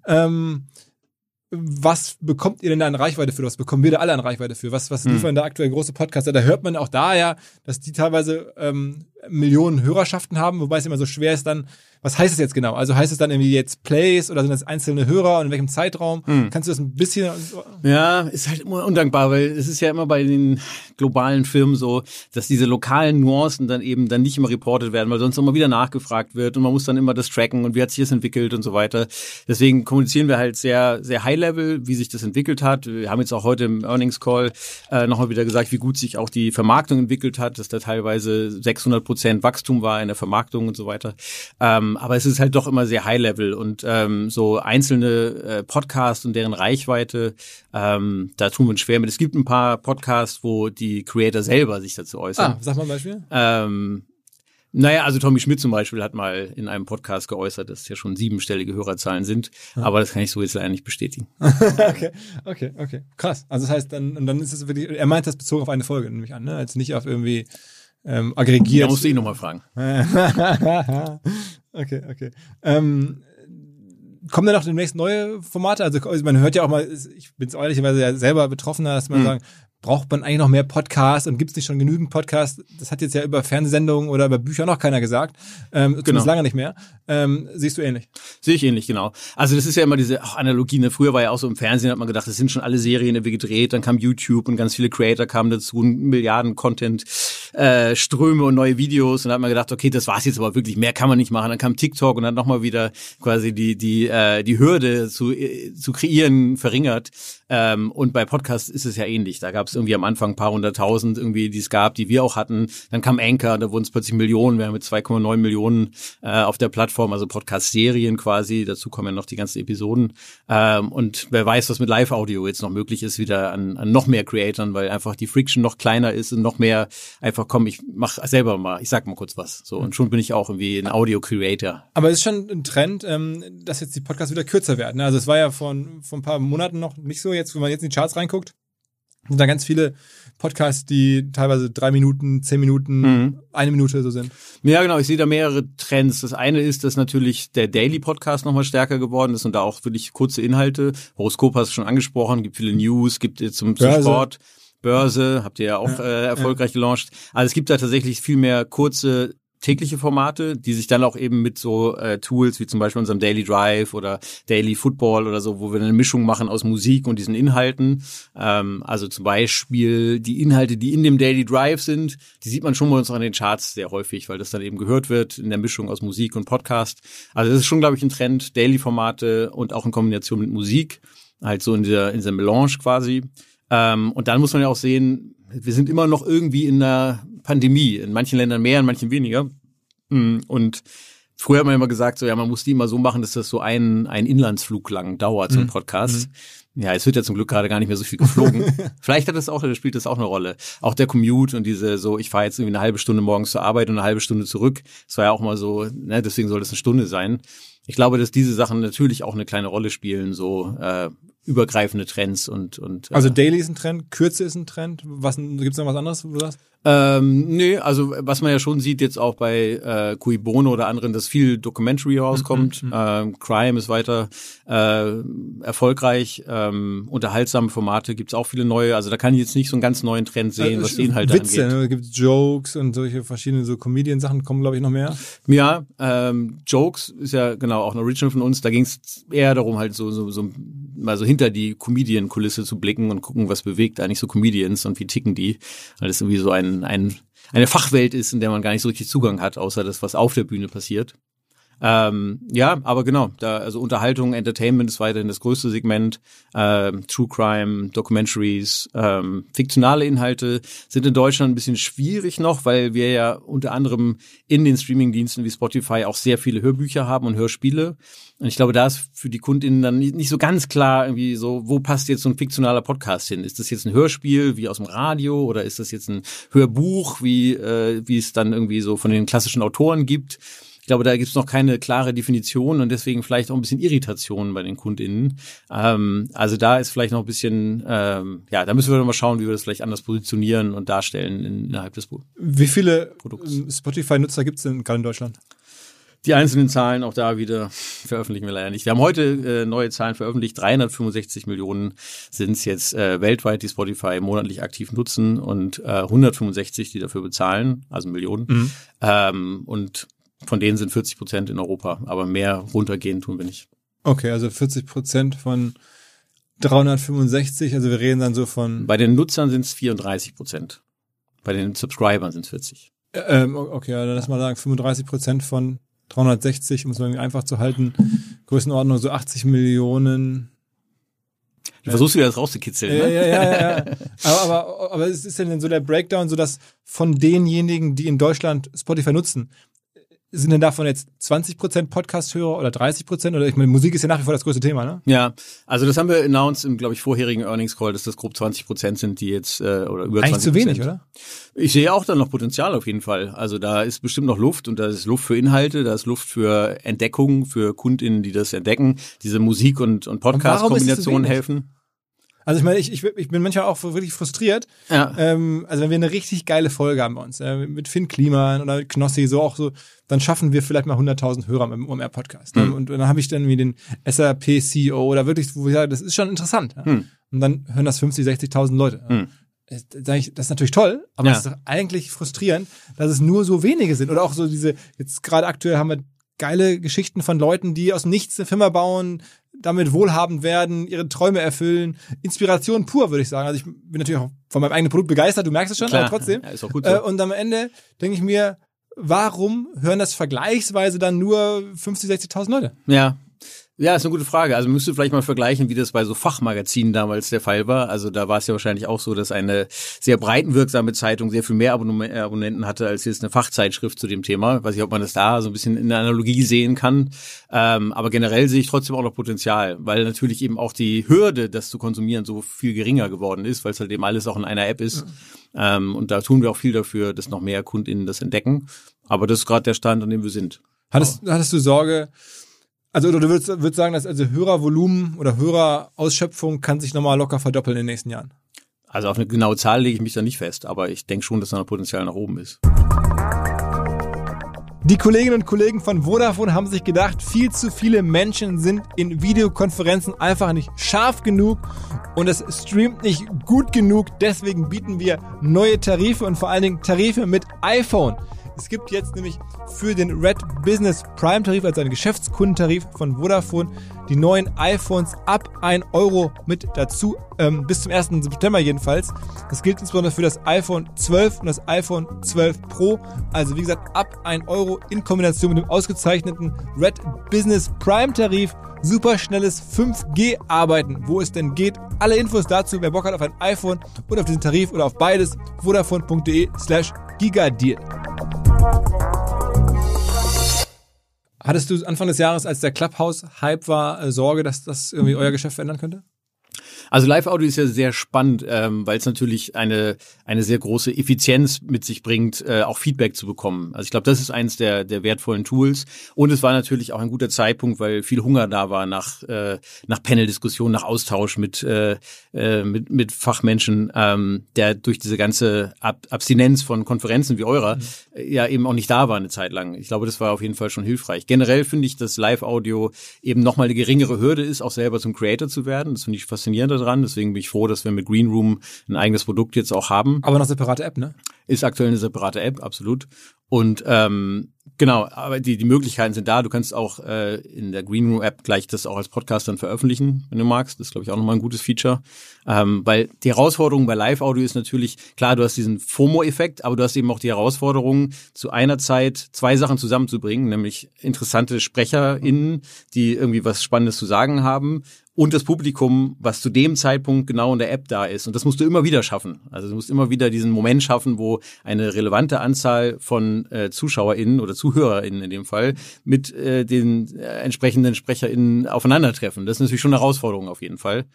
Was bekommt ihr denn da an Reichweite für? Was bekommen wir da alle an Reichweite für? Was liefern da aktuell große Podcaster? Da hört man auch da ja, dass die teilweise Millionen Hörerschaften haben, wobei es immer so schwer ist dann, was heißt es jetzt genau? Also heißt es dann irgendwie jetzt Plays oder sind das einzelne Hörer und in welchem Zeitraum? Kannst du das ein bisschen... Ja, ist halt immer undankbar, weil es ist ja immer bei den globalen Firmen so, dass diese lokalen Nuancen dann eben dann nicht immer reportet werden, weil sonst immer wieder nachgefragt wird und man muss dann immer das tracken und wie hat sich das entwickelt und so weiter. Deswegen kommunizieren wir halt sehr, sehr High-Level, wie sich das entwickelt hat. Wir haben jetzt auch heute im Earnings-Call nochmal wieder gesagt, wie gut sich auch die Vermarktung entwickelt hat, dass da teilweise 600% Wachstum war in der Vermarktung und so weiter. Aber es ist halt doch immer sehr High-Level und so einzelne Podcasts und deren Reichweite, da tun wir uns schwer mit. Es gibt ein paar Podcasts, wo die Creator selber sich dazu äußern. Sag mal ein Beispiel. Naja, also Tommy Schmidt zum Beispiel hat mal in einem Podcast geäußert, dass es ja schon 7-stellige Hörerzahlen sind, aber das kann ich so jetzt leider nicht bestätigen. Okay. Krass. Also das heißt, dann ist es wirklich, er meint das bezogen auf eine Folge, nehme ich an, ne? Als nicht auf irgendwie aggregiert. Da musst du ihn nochmal fragen. Okay. Kommen da noch demnächst neue Formate? Also man hört ja auch mal, ich bin ehrlicherweise ja selber Betroffener, dass man sagen, braucht man eigentlich noch mehr Podcasts und gibt es nicht schon genügend Podcasts? Das hat jetzt ja über Fernsehsendungen oder über Bücher noch keiner gesagt. Zumindest lange nicht mehr. Siehst du ähnlich? Sehe ich ähnlich, genau. Also das ist ja immer diese Analogie, ne? Früher war ja auch so im Fernsehen, hat man gedacht, das sind schon alle Serien irgendwie gedreht, dann kam YouTube und ganz viele Creator kamen dazu, Milliarden Content. Ströme und neue Videos und da hat man gedacht, okay, das war's jetzt aber wirklich, mehr kann man nicht machen. Dann kam TikTok und dann nochmal wieder quasi die Hürde zu kreieren verringert. Und bei Podcasts ist es ja ähnlich. Da gab es irgendwie am Anfang ein paar 100.000 irgendwie, die es gab, die wir auch hatten. Dann kam Anchor, da wurden es plötzlich Millionen. Wir haben mit 2,9 Millionen auf der Plattform, also Podcast-Serien quasi. Dazu kommen ja noch die ganzen Episoden. Und wer weiß, was mit Live-Audio jetzt noch möglich ist, wieder an noch mehr Creatoren, weil einfach die Friction noch kleiner ist und noch mehr einfach, komm, ich mach selber mal, ich sag mal kurz was. So, und schon bin ich auch irgendwie ein Audio-Creator. Aber es ist schon ein Trend, dass jetzt die Podcasts wieder kürzer werden. Also es war ja vor ein paar Monaten noch nicht so. Jetzt, wenn man jetzt in die Charts reinguckt, sind da ganz viele Podcasts, die teilweise 3 Minuten, 10 Minuten, 1 Minute so sind. Ja, genau. Ich sehe da mehrere Trends. Das eine ist, dass natürlich der Daily Podcast nochmal stärker geworden ist und da auch wirklich kurze Inhalte. Horoskop hast du schon angesprochen, gibt viele News, gibt zum Sport. Börse, habt ihr ja auch erfolgreich gelauncht. Also es gibt da tatsächlich viel mehr kurze tägliche Formate, die sich dann auch eben mit so Tools wie zum Beispiel unserem Daily Drive oder Daily Football oder so, wo wir eine Mischung machen aus Musik und diesen Inhalten. Also zum Beispiel die Inhalte, die in dem Daily Drive sind, die sieht man schon bei uns auch in den Charts sehr häufig, weil das dann eben gehört wird in der Mischung aus Musik und Podcast. Also das ist schon, glaube ich, ein Trend, Daily-Formate und auch in Kombination mit Musik, halt so in dieser Melange quasi. Und dann muss man ja auch sehen, wir sind immer noch irgendwie in einer Pandemie. In manchen Ländern mehr, in manchen weniger. Und früher hat man immer gesagt, so ja, man muss die immer so machen, dass das so ein Inlandsflug lang dauert, so ein Podcast. Ja, es wird ja zum Glück gerade gar nicht mehr so viel geflogen. Vielleicht spielt das auch eine Rolle. Auch der Commute und diese so, ich fahre jetzt irgendwie eine halbe Stunde morgens zur Arbeit und eine halbe Stunde zurück. Das war ja auch mal so, ne, deswegen soll das eine Stunde sein. Ich glaube, dass diese Sachen natürlich auch eine kleine Rolle spielen, so übergreifende Trends und also Daily ist ein Trend, Kürze ist ein Trend. Gibt's noch was anderes, wo du sagst? Nee, also was man ja schon sieht jetzt auch bei Cui Bono oder anderen, dass viel Documentary rauskommt. Crime ist weiter erfolgreich. Unterhaltsame Formate gibt's auch viele neue. Also da kann ich jetzt nicht so einen ganz neuen Trend sehen, was die Inhalte Witze, angeht. Ne? Gibt's Jokes und solche verschiedene so Comedian-Sachen kommen, glaube ich, noch mehr. Ja, Jokes ist ja genau auch ein Original von uns. Da ging's eher darum, halt so mal so hinter die Comedian-Kulisse zu blicken und gucken, was bewegt eigentlich so Comedians und wie ticken die. Weil das irgendwie so eine Fachwelt ist, in der man gar nicht so richtig Zugang hat, außer das, was auf der Bühne passiert. Ja, aber genau, also Unterhaltung, Entertainment ist weiterhin das größte Segment. True Crime, Documentaries, fiktionale Inhalte sind in Deutschland ein bisschen schwierig noch, weil wir ja unter anderem in den Streamingdiensten wie Spotify auch sehr viele Hörbücher haben und Hörspiele. Und ich glaube, da ist für die KundInnen dann nicht so ganz klar irgendwie so, wo passt jetzt so ein fiktionaler Podcast hin? Ist das jetzt ein Hörspiel wie aus dem Radio oder ist das jetzt ein Hörbuch, wie es dann irgendwie so von den klassischen Autoren gibt? Ich glaube, da gibt es noch keine klare Definition und deswegen vielleicht auch ein bisschen Irritation bei den KundInnen. Also da ist vielleicht noch ein bisschen, da müssen wir noch mal schauen, wie wir das vielleicht anders positionieren und darstellen innerhalb des Produkts. Wie viele Spotify-Nutzer gibt es denn gerade in Deutschland? Die einzelnen Zahlen auch da wieder veröffentlichen wir leider nicht. Wir haben heute neue Zahlen veröffentlicht. 365 Millionen sind es jetzt weltweit, die Spotify monatlich aktiv nutzen und 165, die dafür bezahlen, also Millionen. Und von denen sind 40% in Europa, aber mehr runtergehen tun wir nicht. Okay, also 40% von 365, also wir reden dann so von... Bei den Nutzern sind es 34%. Bei den Subscribern sind es 40. Okay, dann lass mal sagen 35% von 360, um es irgendwie einfach zu halten. Größenordnung so 80 Millionen... Du versuchst wieder das rauszukitzeln, ne? Ja. Aber es ist denn so der Breakdown, so dass von denjenigen, die in Deutschland Spotify nutzen, sind denn davon jetzt 20% Podcast-Hörer oder 30%? Oder ich meine, Musik ist ja nach wie vor das größte Thema, ne? Ja, also das haben wir announced im, glaube ich, vorherigen Earnings Call, dass das grob 20% sind, die jetzt, oder über 20%. Eigentlich zu wenig, oder? Ich sehe auch da noch Potenzial auf jeden Fall. Also da ist bestimmt noch Luft und da ist Luft für Inhalte, da ist Luft für Entdeckung, für KundInnen, die das entdecken, diese Musik- und Podcast-Kombinationen helfen. Also ich meine, ich bin manchmal auch wirklich frustriert. Ja. Also wenn wir eine richtig geile Folge haben bei uns, mit Finn Kliman oder mit Knossi, so auch so, dann schaffen wir vielleicht mal 100.000 Hörer im OMR-Podcast. Mhm. Und dann habe ich dann wie den SAP-CEO oder wirklich, wo ich sage, das ist schon interessant. Ja? Und dann hören das 50.000, 60.000 Leute. Das ist natürlich toll, aber es ist doch eigentlich frustrierend, dass es nur so wenige sind. Oder auch so diese, jetzt gerade aktuell haben wir geile Geschichten von Leuten, die aus dem Nichts eine Firma bauen, damit wohlhabend werden, ihre Träume erfüllen. Inspiration pur, würde ich sagen. Also ich bin natürlich auch von meinem eigenen Produkt begeistert, du merkst es schon, Klar. aber trotzdem. Ja, ist auch gut so. Und am Ende denke ich mir, warum hören das vergleichsweise dann nur 50.000, 60.000 Leute? Ja, ist eine gute Frage. Also man müsste vielleicht mal vergleichen, wie das bei so Fachmagazinen damals der Fall war. Also da war es ja wahrscheinlich auch so, dass eine sehr breitenwirksame Zeitung sehr viel mehr Abonnenten hatte als jetzt eine Fachzeitschrift zu dem Thema. Weiß ich, ob man das da so ein bisschen in der Analogie sehen kann. Aber generell sehe ich trotzdem auch noch Potenzial, weil natürlich eben auch die Hürde, das zu konsumieren, so viel geringer geworden ist, weil es halt eben alles auch in einer App ist. Und da tun wir auch viel dafür, dass noch mehr KundInnen das entdecken. Aber das ist gerade der Stand, an dem wir sind. Hattest du Sorge, also oder du würdest sagen, dass also Hörervolumen oder Hörerausschöpfung kann sich nochmal locker verdoppeln in den nächsten Jahren? Also auf eine genaue Zahl lege ich mich da nicht fest, aber ich denke schon, dass da noch Potenzial nach oben ist. Die Kolleginnen und Kollegen von Vodafone haben sich gedacht, viel zu viele Menschen sind in Videokonferenzen einfach nicht scharf genug und es streamt nicht gut genug. Deswegen bieten wir neue Tarife und vor allen Dingen Tarife mit iPhone. Es gibt jetzt nämlich für den Red Business Prime Tarif, also einen Geschäftskundentarif von Vodafone, die neuen iPhones ab 1 Euro mit dazu, bis zum 1. September jedenfalls. Das gilt insbesondere für das iPhone 12 und das iPhone 12 Pro. Also wie gesagt, ab 1 Euro in Kombination mit dem ausgezeichneten Red Business Prime Tarif. Superschnelles 5G-Arbeiten, wo es denn geht. Alle Infos dazu, wer Bock hat auf ein iPhone oder auf diesen Tarif oder auf beides, vodafone.de/gigadeal. Hattest du Anfang des Jahres, als der Clubhouse-Hype war, Sorge, dass das irgendwie euer Geschäft verändern könnte? Also Live-Audio ist ja sehr spannend, weil es natürlich eine sehr große Effizienz mit sich bringt, auch Feedback zu bekommen. Also ich glaube, das ist eins der wertvollen Tools. Und es war natürlich auch ein guter Zeitpunkt, weil viel Hunger da war nach Panel-Diskussionen, nach Austausch mit Fachmenschen, der durch diese ganze Abstinenz von Konferenzen wie eurer ja eben auch nicht da war eine Zeit lang. Ich glaube, das war auf jeden Fall schon hilfreich. Generell finde ich, dass Live-Audio eben nochmal eine geringere Hürde ist, auch selber zum Creator zu werden. Das finde ich faszinierend dran. Deswegen bin ich froh, dass wir mit Green Room ein eigenes Produkt jetzt auch haben. Aber eine separate App, ne? Ist aktuell eine separate App, absolut. Und genau, aber die Möglichkeiten sind da. Du kannst auch in der Green Room App gleich das auch als Podcast dann veröffentlichen, wenn du magst. Das ist, glaube ich, auch nochmal ein gutes Feature. Weil die Herausforderung bei Live-Audio ist natürlich, klar, du hast diesen FOMO-Effekt, aber du hast eben auch die Herausforderung, zu einer Zeit 2 Sachen zusammenzubringen, nämlich interessante SprecherInnen, die irgendwie was Spannendes zu sagen haben, und das Publikum, was zu dem Zeitpunkt genau in der App da ist. Und das musst du immer wieder schaffen. Also du musst immer wieder diesen Moment schaffen, wo eine relevante Anzahl von ZuschauerInnen oder ZuhörerInnen in dem Fall mit den entsprechenden SprecherInnen aufeinandertreffen. Das ist natürlich schon eine Herausforderung auf jeden Fall.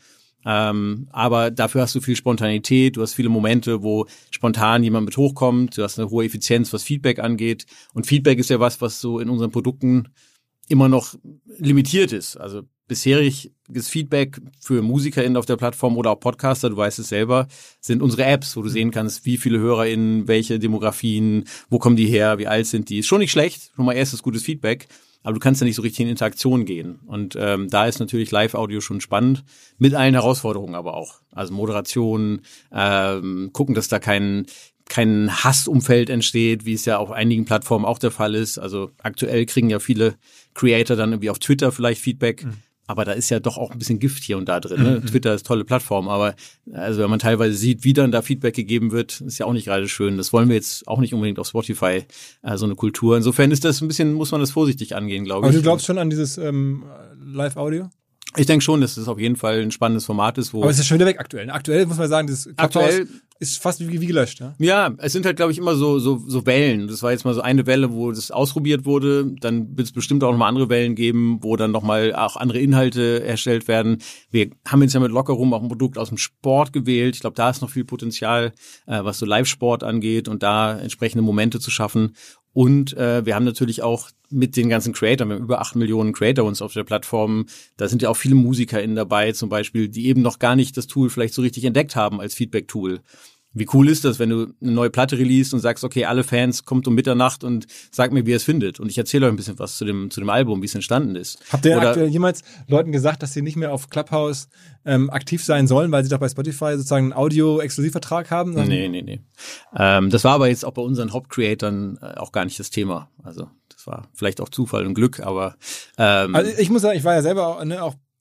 Aber dafür hast du viel Spontanität, du hast viele Momente, wo spontan jemand mit hochkommt, du hast eine hohe Effizienz, was Feedback angeht. Und Feedback ist ja was so in unseren Produkten immer noch limitiert ist. Also bisheriges Feedback für MusikerInnen auf der Plattform oder auch Podcaster, du weißt es selber, sind unsere Apps, wo du sehen kannst, wie viele HörerInnen, welche Demografien, wo kommen die her, wie alt sind die. Ist schon nicht schlecht, schon mal erstes gutes Feedback, aber du kannst ja nicht so richtig in Interaktion gehen. Und da ist natürlich Live-Audio schon spannend, mit allen Herausforderungen aber auch. Also Moderation, gucken, dass da kein Hassumfeld entsteht, wie es ja auf einigen Plattformen auch der Fall ist. Also aktuell kriegen ja viele Creator dann irgendwie auf Twitter vielleicht Feedback, aber da ist ja doch auch ein bisschen Gift hier und da drin. Ne? Twitter ist eine tolle Plattform, aber also wenn man teilweise sieht, wie dann da Feedback gegeben wird, ist ja auch nicht gerade schön. Das wollen wir jetzt auch nicht unbedingt auf Spotify, so eine Kultur. Insofern ist das ein bisschen, muss man das vorsichtig angehen, glaube ich. Aber du glaubst schon an dieses Live-Audio? Ich denke schon, dass es auf jeden Fall ein spannendes Format ist. Aber es ist schon wieder weg aktuell. Aktuell muss man sagen, das Clubhouse ist fast wie gelöscht. Ne? Ja, es sind halt, glaube ich, immer so Wellen. Das war jetzt mal so eine Welle, wo das ausprobiert wurde. Dann wird es bestimmt auch nochmal andere Wellen geben, wo dann nochmal auch andere Inhalte erstellt werden. Wir haben jetzt ja mit Lockerroom auch ein Produkt aus dem Sport gewählt. Ich glaube, da ist noch viel Potenzial, was so Live-Sport angeht und da entsprechende Momente zu schaffen. Und wir haben natürlich auch mit den ganzen Creatoren, wir haben über 8 Millionen Creator uns auf der Plattform, da sind ja auch viele MusikerInnen dabei zum Beispiel, die eben noch gar nicht das Tool vielleicht so richtig entdeckt haben als Feedback-Tool. Wie cool ist das, wenn du eine neue Platte releast und sagst, okay, alle Fans, kommt um Mitternacht und sagt mir, wie ihr es findet. Und ich erzähle euch ein bisschen was zu dem Album, wie es entstanden ist. Habt ihr aktuell jemals Leuten gesagt, dass sie nicht mehr auf Clubhouse aktiv sein sollen, weil sie doch bei Spotify sozusagen einen Audio-Exklusivvertrag haben? Nee. Das war aber jetzt auch bei unseren Hauptcreatoren auch gar nicht das Thema. Also das war vielleicht auch Zufall und Glück, aber also ich muss sagen, ich war ja selber auch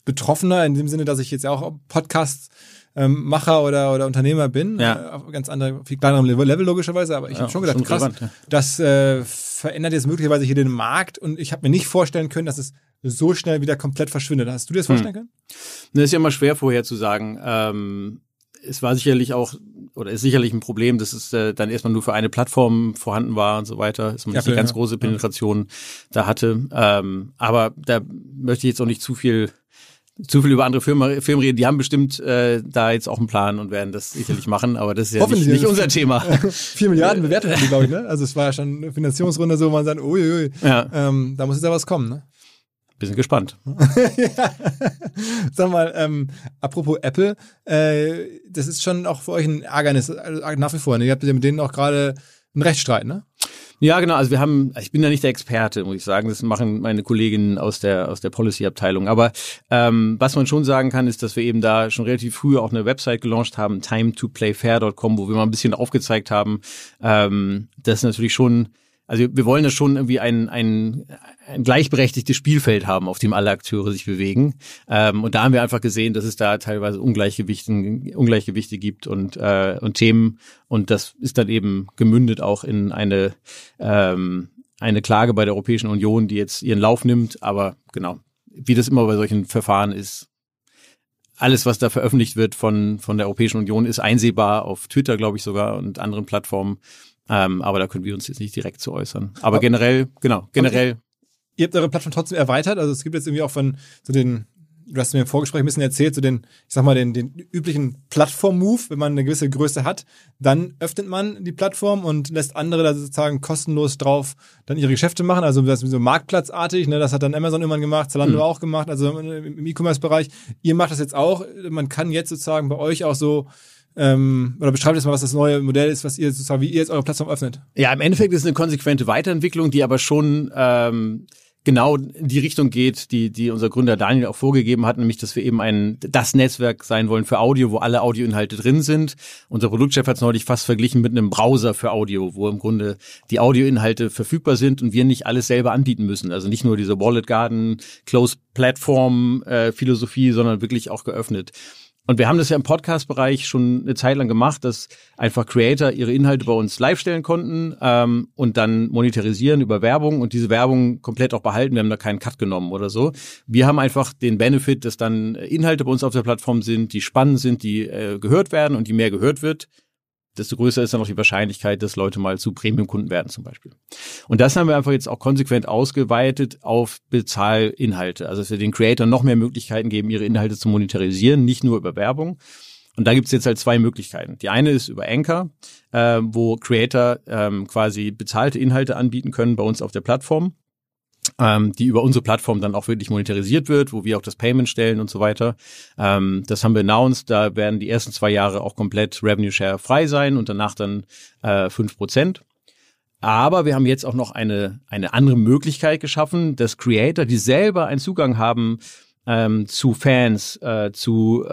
betroffener, in dem Sinne, dass ich jetzt ja auch Podcasts Macher oder Unternehmer bin, auf ganz andere, viel kleinerem Level logischerweise, aber ich habe schon gedacht, krass, das verändert jetzt möglicherweise hier den Markt und ich habe mir nicht vorstellen können, dass es so schnell wieder komplett verschwindet. Hast du dir das vorstellen können? Das ist ja immer schwer vorherzusagen. Es war sicherlich auch, oder ist sicherlich ein Problem, dass es dann erstmal nur für eine Plattform vorhanden war und so weiter, dass man nicht eine ganz große Penetration da hatte. Aber da möchte ich jetzt auch nicht zu viel über andere Firmen reden, die haben bestimmt da jetzt auch einen Plan und werden das sicherlich machen, aber das ist ja nicht unser Thema. 4 Milliarden bewertet haben die, glaube ich, ne? Also es war ja schon eine Finanzierungsrunde, so man sagt, uiuiui, da muss jetzt ja was kommen, ne? Bisschen gespannt. Sag mal, apropos Apple, das ist schon auch für euch ein Ärgernis, nach wie vor, ne? Ihr habt ja mit denen auch gerade einen Rechtsstreit, ne? Ja, genau. Also ich bin ja nicht der Experte, muss ich sagen. Das machen meine Kolleginnen aus der Policy-Abteilung. Aber was man schon sagen kann, ist, dass wir eben da schon relativ früh auch eine Website gelauncht haben, timetoplayfair.com, wo wir mal ein bisschen aufgezeigt haben, dass natürlich schon, also wir wollen ja schon irgendwie ein gleichberechtigtes Spielfeld haben, auf dem alle Akteure sich bewegen. Und da haben wir einfach gesehen, dass es da teilweise Ungleichgewichte gibt und Themen. Und das ist dann eben gemündet auch in eine Klage bei der Europäischen Union, die jetzt ihren Lauf nimmt. Aber genau, wie das immer bei solchen Verfahren ist, alles, was da veröffentlicht wird von der Europäischen Union, ist einsehbar auf Twitter, glaube ich sogar, und anderen Plattformen. Aber da können wir uns jetzt nicht direkt zu äußern. Aber generell. Ihr habt eure Plattform trotzdem erweitert, also es gibt jetzt irgendwie auch von so den, du hast mir im Vorgespräch ein bisschen erzählt, so den, ich sag mal, den üblichen Plattform-Move, wenn man eine gewisse Größe hat, dann öffnet man die Plattform und lässt andere da sozusagen kostenlos drauf dann ihre Geschäfte machen, also das ist so marktplatzartig, ne, das hat dann Amazon irgendwann gemacht, Zalando auch gemacht, also im E-Commerce-Bereich. Ihr macht das jetzt auch, man kann jetzt sozusagen bei euch auch so oder beschreibt jetzt mal, was das neue Modell ist, was ihr sozusagen, wie ihr jetzt eure Plattform öffnet. Ja, im Endeffekt ist es eine konsequente Weiterentwicklung, die aber schon genau in die Richtung geht, die unser Gründer Daniel auch vorgegeben hat, nämlich, dass wir eben das Netzwerk sein wollen für Audio, wo alle Audioinhalte drin sind. Unser Produktchef hat es neulich fast verglichen mit einem Browser für Audio, wo im Grunde die Audioinhalte verfügbar sind und wir nicht alles selber anbieten müssen. Also nicht nur diese Wallet Garden, Closed Platform Philosophie, sondern wirklich auch geöffnet. Und wir haben das ja im Podcast-Bereich schon eine Zeit lang gemacht, dass einfach Creator ihre Inhalte bei uns live stellen konnten und dann monetarisieren über Werbung und diese Werbung komplett auch behalten. Wir haben da keinen Cut genommen oder so. Wir haben einfach den Benefit, dass dann Inhalte bei uns auf der Plattform sind, die spannend sind, die gehört werden und die mehr gehört wird. Desto größer ist dann auch die Wahrscheinlichkeit, dass Leute mal zu Premium-Kunden werden zum Beispiel. Und das haben wir einfach jetzt auch konsequent ausgeweitet auf Bezahlinhalte. Also dass wir den Creators noch mehr Möglichkeiten geben, ihre Inhalte zu monetarisieren, nicht nur über Werbung. Und da gibt's jetzt halt 2 Möglichkeiten. Die eine ist über Anchor, wo Creator quasi bezahlte Inhalte anbieten können bei uns auf der Plattform, die über unsere Plattform dann auch wirklich monetarisiert wird, wo wir auch das Payment stellen und so weiter. Das haben wir announced, da werden die ersten 2 Jahre auch komplett Revenue Share frei sein und danach dann 5%. Aber wir haben jetzt auch noch eine andere Möglichkeit geschaffen, dass Creator, die selber einen Zugang haben zu Fans, zu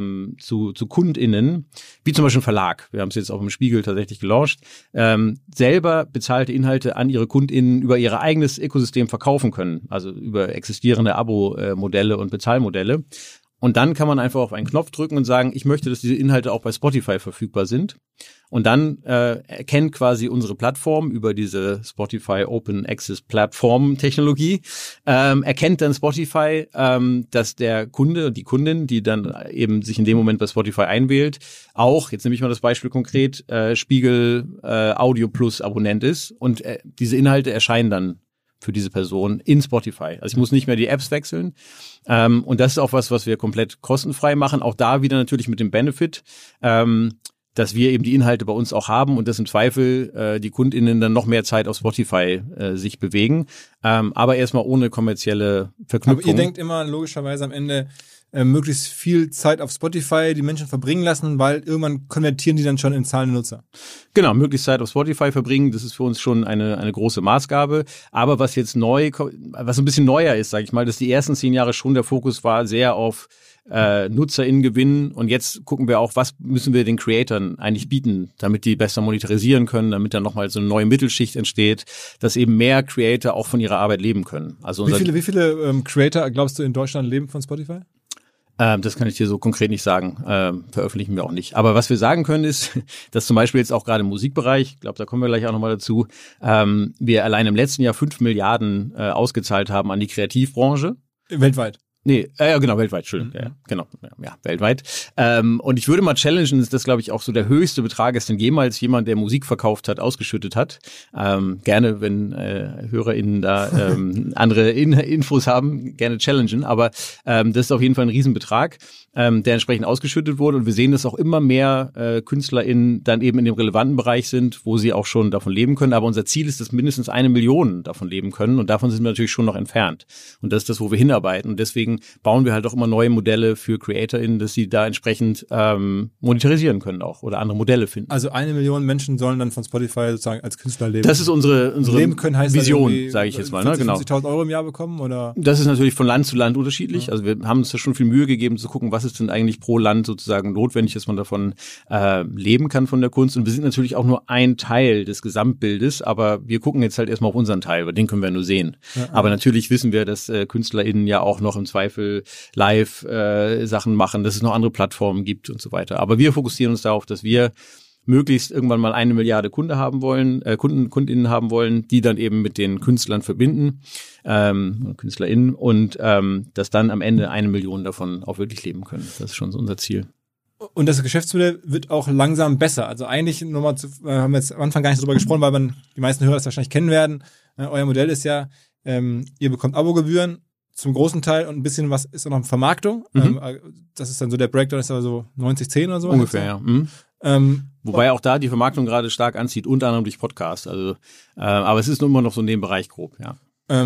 KundInnen, wie zum Beispiel ein Verlag, wir haben es jetzt auch im Spiegel tatsächlich gelauncht, selber bezahlte Inhalte an ihre KundInnen über ihr eigenes Ökosystem verkaufen können, also über existierende Abo-Modelle und Bezahlmodelle. Und dann kann man einfach auf einen Knopf drücken und sagen, ich möchte, dass diese Inhalte auch bei Spotify verfügbar sind. Und dann erkennt quasi unsere Plattform über diese Spotify Open Access Plattform Technologie, erkennt dann Spotify, dass der Kunde und die Kundin, die dann eben sich in dem Moment bei Spotify einwählt, auch, jetzt nehme ich mal das Beispiel konkret, Spiegel Audio Plus Abonnent ist. Und diese Inhalte erscheinen dann für diese Person in Spotify. Also ich muss nicht mehr die Apps wechseln. Und das ist auch was wir komplett kostenfrei machen. Auch da wieder natürlich mit dem Benefit, dass wir eben die Inhalte bei uns auch haben und dass im Zweifel die KundInnen dann noch mehr Zeit auf Spotify sich bewegen. Aber erstmal ohne kommerzielle Verknüpfung. Aber ihr denkt immer logischerweise am Ende, möglichst viel Zeit auf Spotify die Menschen verbringen lassen, weil irgendwann konvertieren die dann schon in zahlende Nutzer. Genau, möglichst Zeit auf Spotify verbringen, das ist für uns schon eine große Maßgabe. Aber was jetzt was ein bisschen neuer ist, sage ich mal, dass die ersten 10 Jahre schon der Fokus war sehr auf NutzerInnen gewinnen und jetzt gucken wir auch, was müssen wir den Creatoren eigentlich bieten, damit die besser monetarisieren können, damit dann nochmal so eine neue Mittelschicht entsteht, dass eben mehr Creator auch von ihrer Arbeit leben können. Also wie viele Creator glaubst du in Deutschland leben von Spotify? Das kann ich dir so konkret nicht sagen. Veröffentlichen wir auch nicht. Aber was wir sagen können ist, dass zum Beispiel jetzt auch gerade im Musikbereich, ich glaube, da kommen wir gleich auch nochmal dazu, wir allein im letzten Jahr 5 Milliarden ausgezahlt haben an die Kreativbranche. Weltweit. Nee, ja, genau, weltweit, Entschuldigung, ja, genau, ja, weltweit. Und ich würde mal challengen, dass das, glaube ich, auch so der höchste Betrag ist, den jemals jemand, der Musik verkauft hat, ausgeschüttet hat. Gerne, wenn HörerInnen da andere Infos haben, gerne challengen, aber das ist auf jeden Fall ein Riesenbetrag, der entsprechend ausgeschüttet wurde, und wir sehen, dass auch immer mehr KünstlerInnen dann eben in dem relevanten Bereich sind, wo sie auch schon davon leben können, aber unser Ziel ist, dass mindestens 1 Million davon leben können, und davon sind wir natürlich schon noch entfernt, und das ist das, wo wir hinarbeiten, und deswegen bauen wir halt auch immer neue Modelle für CreatorInnen, dass sie da entsprechend monetarisieren können auch oder andere Modelle finden. Also 1 Million Menschen sollen dann von Spotify sozusagen als Künstler leben. Das ist unsere leben können, heißt Vision, sage ich jetzt mal. 40, ne? Genau. 50.000 Euro im Jahr bekommen? Oder? Das ist natürlich von Land zu Land unterschiedlich. Ja. Also wir haben uns da schon viel Mühe gegeben zu gucken, was ist denn eigentlich pro Land sozusagen notwendig, dass man davon leben kann von der Kunst. Und wir sind natürlich auch nur ein Teil des Gesamtbildes, aber wir gucken jetzt halt erstmal auf unseren Teil, weil den können wir nur sehen. Ja, aber natürlich wissen wir, dass KünstlerInnen ja auch noch im Zweifel live Sachen machen, dass es noch andere Plattformen gibt und so weiter. Aber wir fokussieren uns darauf, dass wir möglichst irgendwann mal 1 Milliarde Kundinnen haben wollen, die dann eben mit den Künstlern verbinden, KünstlerInnen, und dass dann am Ende 1 Million davon auch wirklich leben können. Das ist schon so unser Ziel. Und das Geschäftsmodell wird auch langsam besser. Also eigentlich nochmal haben wir jetzt am Anfang gar nicht so drüber gesprochen, weil die meisten Hörer das wahrscheinlich kennen werden. Euer Modell ist ja, ihr bekommt Abogebühren zum großen Teil, und ein bisschen was ist auch noch Vermarktung. Das ist dann so, der Breakdown ist aber so 90-10 oder so. Ungefähr, ja. Wobei auch da die Vermarktung gerade stark anzieht, unter anderem durch Podcast. Also, aber es ist nur immer noch so in dem Bereich grob, ja.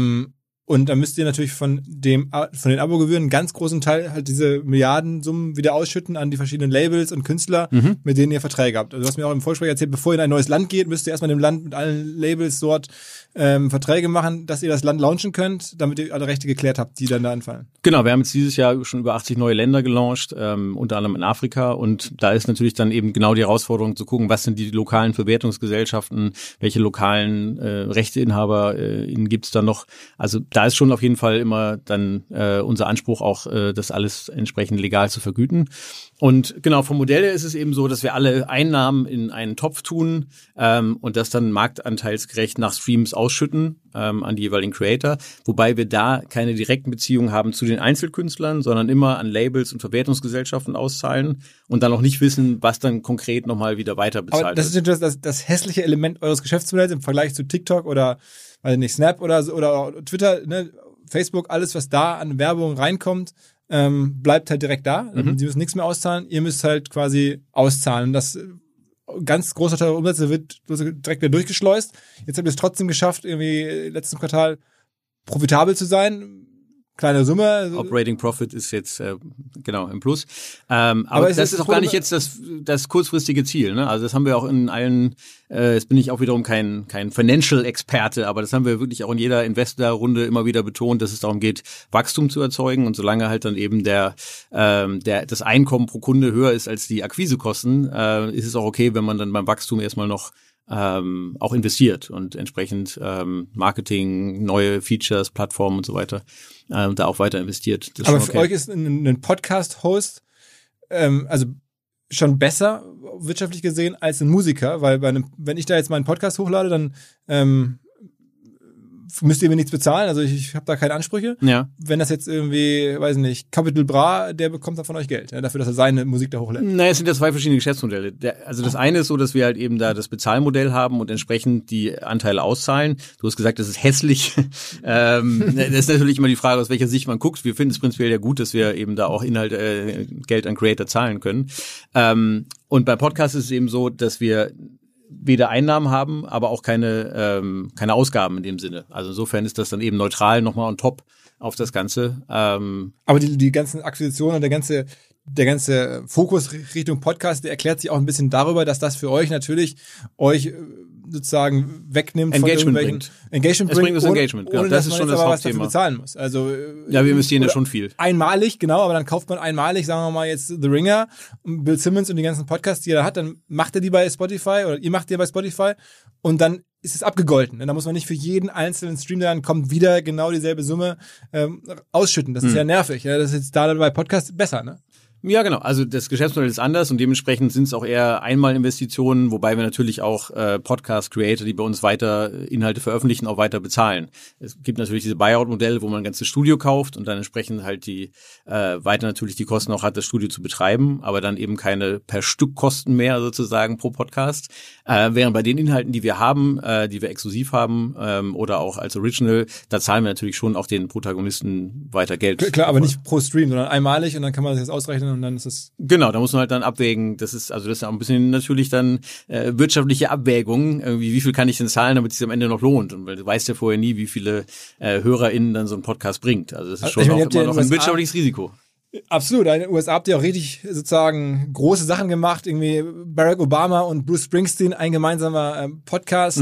Und dann müsst ihr natürlich von den Abogebühren einen ganz großen Teil halt diese Milliardensummen wieder ausschütten an die verschiedenen Labels und Künstler, mit denen ihr Verträge habt. Also du hast mir auch im Vorgespräch erzählt, bevor ihr in ein neues Land geht, müsst ihr erstmal in dem Land mit allen Labels dort Verträge machen, dass ihr das Land launchen könnt, damit ihr alle Rechte geklärt habt, die dann da anfallen. Genau, wir haben jetzt dieses Jahr schon über 80 neue Länder gelauncht, unter anderem in Afrika, und da ist natürlich dann eben genau die Herausforderung zu gucken, was sind die lokalen Verwertungsgesellschaften, welche lokalen Rechteinhaber gibt's da noch. Also da ist schon auf jeden Fall immer dann unser Anspruch auch, das alles entsprechend legal zu vergüten. Und genau, vom Modell her ist es eben so, dass wir alle Einnahmen in einen Topf tun und das dann marktanteilsgerecht nach Streams ausschütten an die jeweiligen Creator, wobei wir da keine direkten Beziehungen haben zu den Einzelkünstlern, sondern immer an Labels und Verwertungsgesellschaften auszahlen und dann auch nicht wissen, was dann konkret nochmal wieder weiter bezahlt wird. Aber das ist das hässliche Element eures Geschäftsmodells im Vergleich zu TikTok oder, weiß nicht, Snap oder Twitter, ne, Facebook, alles, was da an Werbung reinkommt, bleibt halt direkt da. Sie müssen nichts mehr auszahlen. Ihr müsst halt quasi auszahlen. Das ganz großer Teil der Umsätze wird direkt wieder durchgeschleust. Jetzt habt ihr es trotzdem geschafft, irgendwie letzten Quartal profitabel zu sein. Kleine Summe. Operating Profit ist jetzt genau im Plus. Aber das ist auch gar nicht jetzt das kurzfristige Ziel. Ne? Also das haben wir auch in allen, jetzt bin ich auch wiederum kein Financial-Experte, aber das haben wir wirklich auch in jeder Investor-Runde immer wieder betont, dass es darum geht, Wachstum zu erzeugen, und solange halt dann eben das Einkommen pro Kunde höher ist als die Akquisekosten, ist es auch okay, wenn man dann beim Wachstum erstmal noch auch investiert und entsprechend Marketing, neue Features, Plattformen und so weiter da auch weiter investiert. Das aber für euch ist ein Podcast-Host also schon besser wirtschaftlich gesehen als ein Musiker, weil wenn ich da jetzt meinen Podcast hochlade, dann müsst ihr mir nichts bezahlen, also ich habe da keine Ansprüche. Ja. Wenn das jetzt irgendwie, weiß nicht, Capital Bra, der bekommt dann von euch Geld, ja, dafür, dass er seine Musik da hochlädt. Naja, es sind ja 2 verschiedene Geschäftsmodelle. Also das eine ist so, dass wir halt eben da das Bezahlmodell haben und entsprechend die Anteile auszahlen. Du hast gesagt, das ist hässlich. Das ist natürlich immer die Frage, aus welcher Sicht man guckt. Wir finden es prinzipiell ja gut, dass wir eben da auch Geld an Creator zahlen können. Und bei Podcasts ist es eben so, dass wir weder Einnahmen haben, aber auch keine Ausgaben in dem Sinne. Also insofern ist das dann eben neutral nochmal on top auf das Ganze. Aber die ganzen Akquisitionen und der ganze Fokus Richtung Podcast, der erklärt sich auch ein bisschen darüber, dass das für euch natürlich sozusagen wegnimmt Engagement bringt. Engagement es bringt das Engagement, genau. Ohne, das ist schon das Hauptthema. Dafür bezahlen muss. Also ja, wir investieren ja schon viel. Einmalig, genau, aber dann kauft man einmalig, sagen wir mal jetzt The Ringer, Bill Simmons und die ganzen Podcasts, die er da hat, dann macht er die bei Spotify oder ihr macht die bei Spotify und dann ist es abgegolten. Da muss man nicht für jeden einzelnen Stream, der dann kommt, wieder genau dieselbe Summe ausschütten. Das ist ja nervig. Ja? Das ist jetzt da bei Podcast besser, ne? Ja, genau. Also das Geschäftsmodell ist anders und dementsprechend sind es auch eher Einmalinvestitionen, wobei wir natürlich auch Podcast-Creator, die bei uns weiter Inhalte veröffentlichen, auch weiter bezahlen. Es gibt natürlich diese Buyout-Modelle, wo man ein ganzes Studio kauft und dann entsprechend halt die weiter natürlich die Kosten auch hat, das Studio zu betreiben, aber dann eben keine per Stück Kosten mehr sozusagen pro Podcast. Während bei den Inhalten, die wir haben, die wir exklusiv haben oder auch als Original, da zahlen wir natürlich schon auch den Protagonisten weiter Geld. Klar, aber nicht pro Stream, sondern einmalig und dann kann man das jetzt ausrechnen und dann ist es... Genau, da muss man halt dann abwägen. Das ist auch ein bisschen natürlich dann wirtschaftliche Abwägung. Irgendwie, wie viel kann ich denn zahlen, damit es sich am Ende noch lohnt? Und weil du weißt ja vorher nie, wie viele HörerInnen dann so ein Podcast bringt. Also das ist schon auch immer noch ein wirtschaftliches Risiko. Absolut. In den USA habt ihr auch richtig sozusagen große Sachen gemacht. Irgendwie Barack Obama und Bruce Springsteen, ein gemeinsamer Podcast.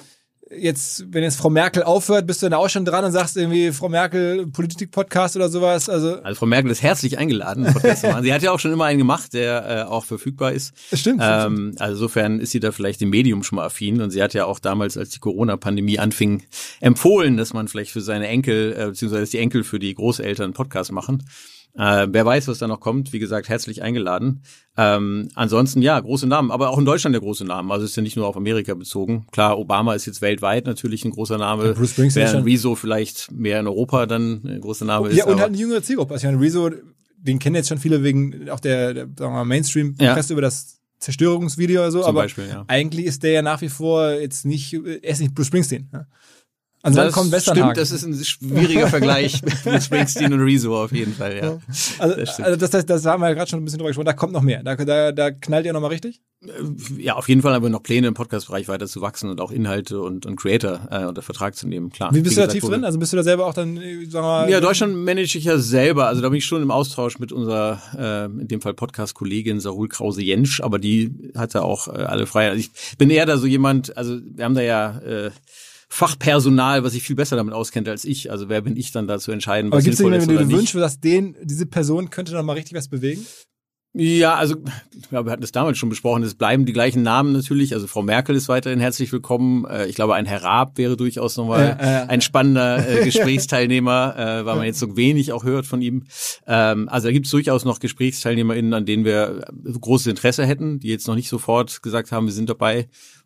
Jetzt, wenn jetzt Frau Merkel aufhört, bist du da auch schon dran und sagst irgendwie, Frau Merkel, Politik-Podcast oder sowas? Also Frau Merkel ist herzlich eingeladen, einen Podcast zu machen. Sie hat ja auch schon immer einen gemacht, der auch verfügbar ist. Stimmt. Also insofern ist sie da vielleicht dem Medium schon mal affin und sie hat ja auch damals, als die Corona-Pandemie anfing, empfohlen, dass man vielleicht für seine Enkel, beziehungsweise die Enkel für die Großeltern einen Podcast machen. Wer weiß, was da noch kommt. Wie gesagt, herzlich eingeladen. Ansonsten, ja, große Namen, aber auch in Deutschland der große Namen. Also ist ja nicht nur auf Amerika bezogen. Klar, Obama ist jetzt weltweit natürlich ein großer Name. Bruce Springsteen während Rezo vielleicht mehr in Europa dann ein großer Name ist. Ja, und halt eine jüngere Zielgruppe. Also ich meine, Rezo, den kennen jetzt schon viele wegen auch der sagen wir mal, Mainstream-Presse über das Zerstörungsvideo oder so. Zum aber Beispiel, ja. Eigentlich ist der ja nach wie vor jetzt nicht, er ist nicht Bruce Springsteen. Ne? Also das kommt Stimmt, das ist ein schwieriger Vergleich mit Springsteen und Rezo auf jeden Fall, ja. Also das heißt, das haben wir ja gerade schon ein bisschen drüber gesprochen, da kommt noch mehr. Da knallt ihr nochmal richtig? Ja, auf jeden Fall haben wir noch Pläne im Podcast-Bereich weiter zu wachsen und auch Inhalte und Creator unter Vertrag zu nehmen, klar. Wie bist du da tief drin? Also bist du da selber auch dann, sagen wir mal... Ja, Deutschland manage ich ja selber, also da bin ich schon im Austausch mit unserer, in dem Fall Podcast-Kollegin Sarul Krause-Jentsch, aber die hat da auch alle Freiheit. Also ich bin eher da so jemand, also wir haben da ja... Fachpersonal, was sich viel besser damit auskennt als ich. Also wer bin ich dann da zu entscheiden, was sinnvoll ist oder nicht. Aber gibt es wenn du dir wünschst, dass diese Person könnte noch mal richtig was bewegen? Ja, also ja, wir hatten das damals schon besprochen, es bleiben die gleichen Namen natürlich. Also Frau Merkel ist weiterhin herzlich willkommen. Ich glaube, ein Herr Raab wäre durchaus nochmal ein spannender Gesprächsteilnehmer, weil man jetzt so wenig auch hört von ihm. Also da gibt es durchaus noch GesprächsteilnehmerInnen, an denen wir großes Interesse hätten, die jetzt noch nicht sofort gesagt haben, wir sind dabei.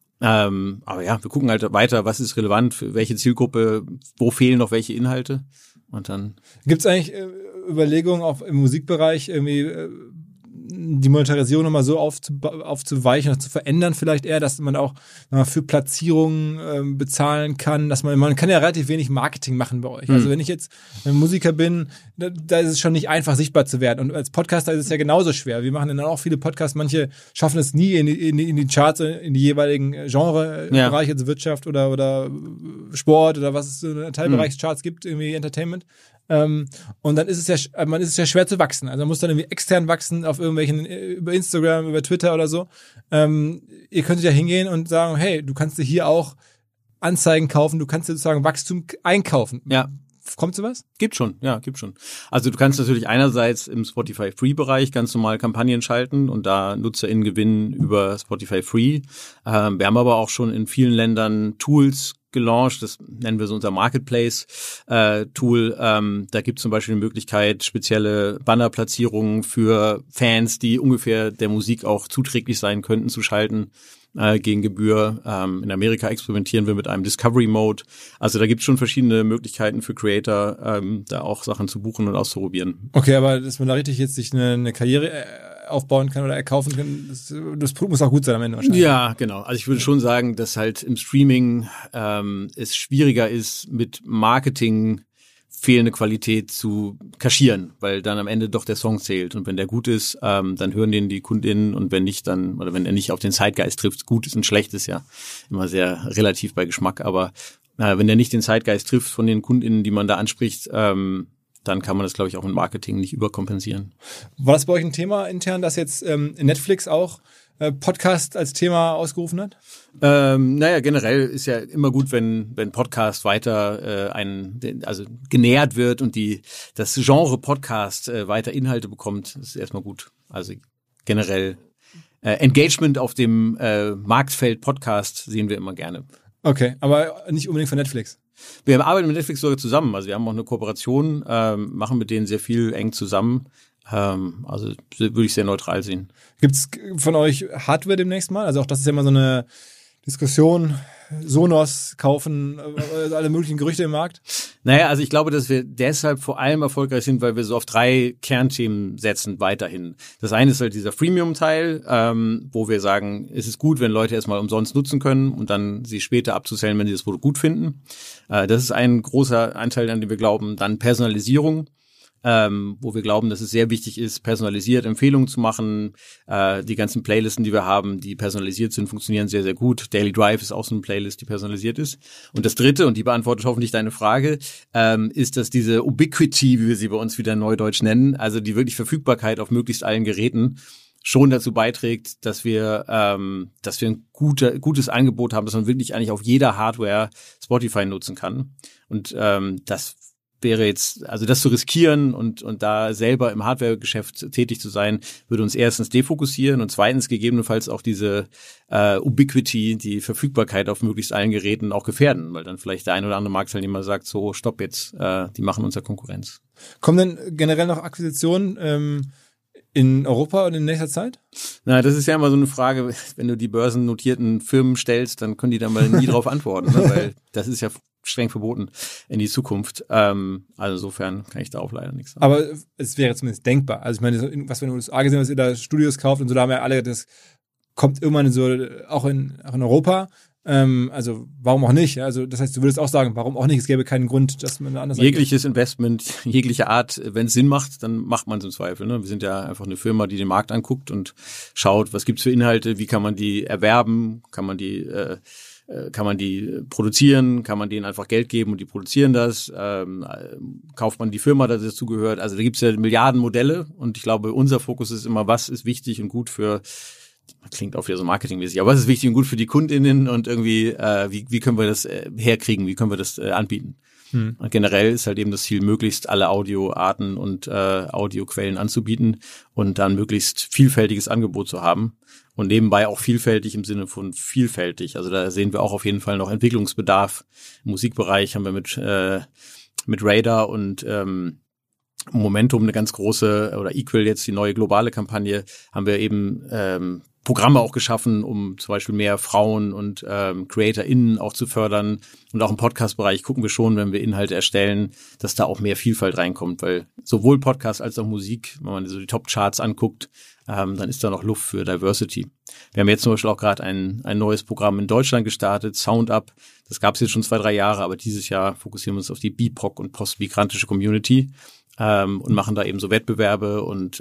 Aber ja, wir gucken halt weiter, was ist relevant, für welche Zielgruppe, wo fehlen noch welche Inhalte und dann. Gibt's eigentlich Überlegungen auch im Musikbereich irgendwie die Monetarisierung nochmal so aufzuweichen oder zu verändern vielleicht eher, dass man auch für Platzierungen bezahlen kann, dass man kann ja relativ wenig Marketing machen bei euch. Also wenn ich jetzt ein Musiker bin, da ist es schon nicht einfach sichtbar zu werden und als Podcaster ist es ja genauso schwer. Wir machen dann auch viele Podcasts, manche schaffen es nie in die Charts, in die jeweiligen Genrebereiche, also Wirtschaft oder Sport oder was es so in Teilbereichscharts gibt, irgendwie Entertainment. Und dann ist es ja schwer zu wachsen. Also man muss dann irgendwie extern wachsen auf irgendwelchen, über Instagram, über Twitter oder so. Ihr könntet ja hingehen und sagen, hey, du kannst dir hier auch Anzeigen kaufen, du kannst dir sozusagen Wachstum einkaufen. Ja. Kommt sowas? Gibt schon. Also du kannst natürlich einerseits im Spotify Free-Bereich ganz normal Kampagnen schalten und da NutzerInnen gewinnen über Spotify Free. Wir haben aber auch schon in vielen Ländern Tools gelauncht, das nennen wir so unser Marketplace-Tool. Da gibt es zum Beispiel die Möglichkeit, spezielle Bannerplatzierungen für Fans, die ungefähr der Musik auch zuträglich sein könnten, zu schalten gegen Gebühr. In Amerika experimentieren wir mit einem Discovery Mode. Also da gibt es schon verschiedene Möglichkeiten für Creator, da auch Sachen zu buchen und auszuprobieren. Okay, aber dass man da richtig jetzt sich eine Karriere aufbauen kann oder erkaufen kann, das muss auch gut sein am Ende wahrscheinlich. Ja, genau. Also ich würde schon sagen, dass halt im Streaming es schwieriger ist, mit Marketing fehlende Qualität zu kaschieren, weil dann am Ende doch der Song zählt. Und wenn der gut ist, dann hören den die KundInnen und wenn nicht, dann, oder wenn er nicht auf den Zeitgeist trifft, gut ist und schlecht ist ja immer sehr relativ bei Geschmack, aber wenn der nicht den Zeitgeist trifft von den KundInnen, die man da anspricht, dann kann man das, glaube ich, auch mit Marketing nicht überkompensieren. War das bei euch ein Thema intern, dass jetzt Netflix auch Podcast als Thema ausgerufen hat? Naja, generell ist ja immer gut, wenn Podcast weiter also genährt wird und das Genre Podcast weiter Inhalte bekommt. Das ist erstmal gut. Also generell Engagement auf dem Marktfeld Podcast sehen wir immer gerne. Okay, aber nicht unbedingt von Netflix. Wir arbeiten mit Netflix sogar zusammen. Also wir haben auch eine Kooperation, machen mit denen sehr viel eng zusammen. Also würde ich sehr neutral sehen. Gibt's von euch Hardware demnächst mal? Also auch das ist ja immer so eine Diskussion. Sonos kaufen, alle möglichen Gerüchte im Markt? Naja, also ich glaube, dass wir deshalb vor allem erfolgreich sind, weil wir so auf 3 Kernthemen setzen weiterhin. Das eine ist halt dieser Freemium-Teil, wo wir sagen, es ist gut, wenn Leute erstmal umsonst nutzen können und dann sie später abzusellen, wenn sie das Produkt gut finden. Das ist ein großer Anteil, an den wir glauben. Dann Personalisierung. Wo wir glauben, dass es sehr wichtig ist, personalisiert Empfehlungen zu machen. Die ganzen Playlisten, die wir haben, die personalisiert sind, funktionieren sehr, sehr gut. Daily Drive ist auch so eine Playlist, die personalisiert ist. Und das dritte, und die beantwortet hoffentlich deine Frage, ist, dass diese Ubiquity, wie wir sie bei uns wieder neudeutsch nennen, also die wirklich Verfügbarkeit auf möglichst allen Geräten, schon dazu beiträgt, dass wir ein gutes Angebot haben, dass man wirklich eigentlich auf jeder Hardware Spotify nutzen kann. Und das wäre jetzt, also das zu riskieren und da selber im Hardware-Geschäft tätig zu sein, würde uns erstens defokussieren und zweitens gegebenenfalls auch diese Ubiquity, die Verfügbarkeit auf möglichst allen Geräten auch gefährden, weil dann vielleicht der ein oder andere Marktteilnehmer sagt, so, stopp jetzt, die machen uns ja Konkurrenz. Kommen denn generell noch Akquisitionen in Europa und in nächster Zeit? Na, das ist ja immer so eine Frage, wenn du die börsennotierten Firmen stellst, dann können die da mal nie drauf antworten, ne? Weil das ist ja streng verboten in die Zukunft. Also insofern kann ich da auch leider nichts sagen. Aber es wäre zumindest denkbar. Also ich meine, was wir in den USA gesehen haben, dass ihr da Studios kauft und so, da haben wir alle, das kommt irgendwann so auch in Europa. Also warum auch nicht? Also das heißt, du würdest auch sagen, warum auch nicht? Es gäbe keinen Grund, dass man anders jegliches Investment, jegliche Art, wenn es Sinn macht, dann macht man es im Zweifel. Ne? Wir sind ja einfach eine Firma, die den Markt anguckt und schaut, was gibt's für Inhalte, wie kann man die erwerben, kann man die produzieren, kann man denen einfach Geld geben und die produzieren das, kauft man die Firma, die dazu gehört. Also da gibt's ja Milliarden Modelle und ich glaube, unser Fokus ist immer, was ist wichtig und gut für, klingt auch wieder so marketingmäßig, aber was ist wichtig und gut für die KundInnen und irgendwie, wie können wir das herkriegen, wie können wir das anbieten? Und generell ist halt eben das Ziel, möglichst alle Audioarten und Audioquellen anzubieten und dann möglichst vielfältiges Angebot zu haben. Und nebenbei auch vielfältig im Sinne von vielfältig. Also da sehen wir auch auf jeden Fall noch Entwicklungsbedarf. Im Musikbereich haben wir mit Radar und Momentum eine ganz große, oder Equal jetzt die neue globale Kampagne, haben wir eben Programme auch geschaffen, um zum Beispiel mehr Frauen und CreatorInnen auch zu fördern. Und auch im Podcast-Bereich gucken wir schon, wenn wir Inhalte erstellen, dass da auch mehr Vielfalt reinkommt, weil sowohl Podcast als auch Musik, wenn man so die Top-Charts anguckt, dann ist da noch Luft für Diversity. Wir haben jetzt zum Beispiel auch gerade ein neues Programm in Deutschland gestartet, SoundUp. Das gab es jetzt schon 2-3 Jahre, aber dieses Jahr fokussieren wir uns auf die BIPOC und postmigrantische Community und machen da eben so Wettbewerbe und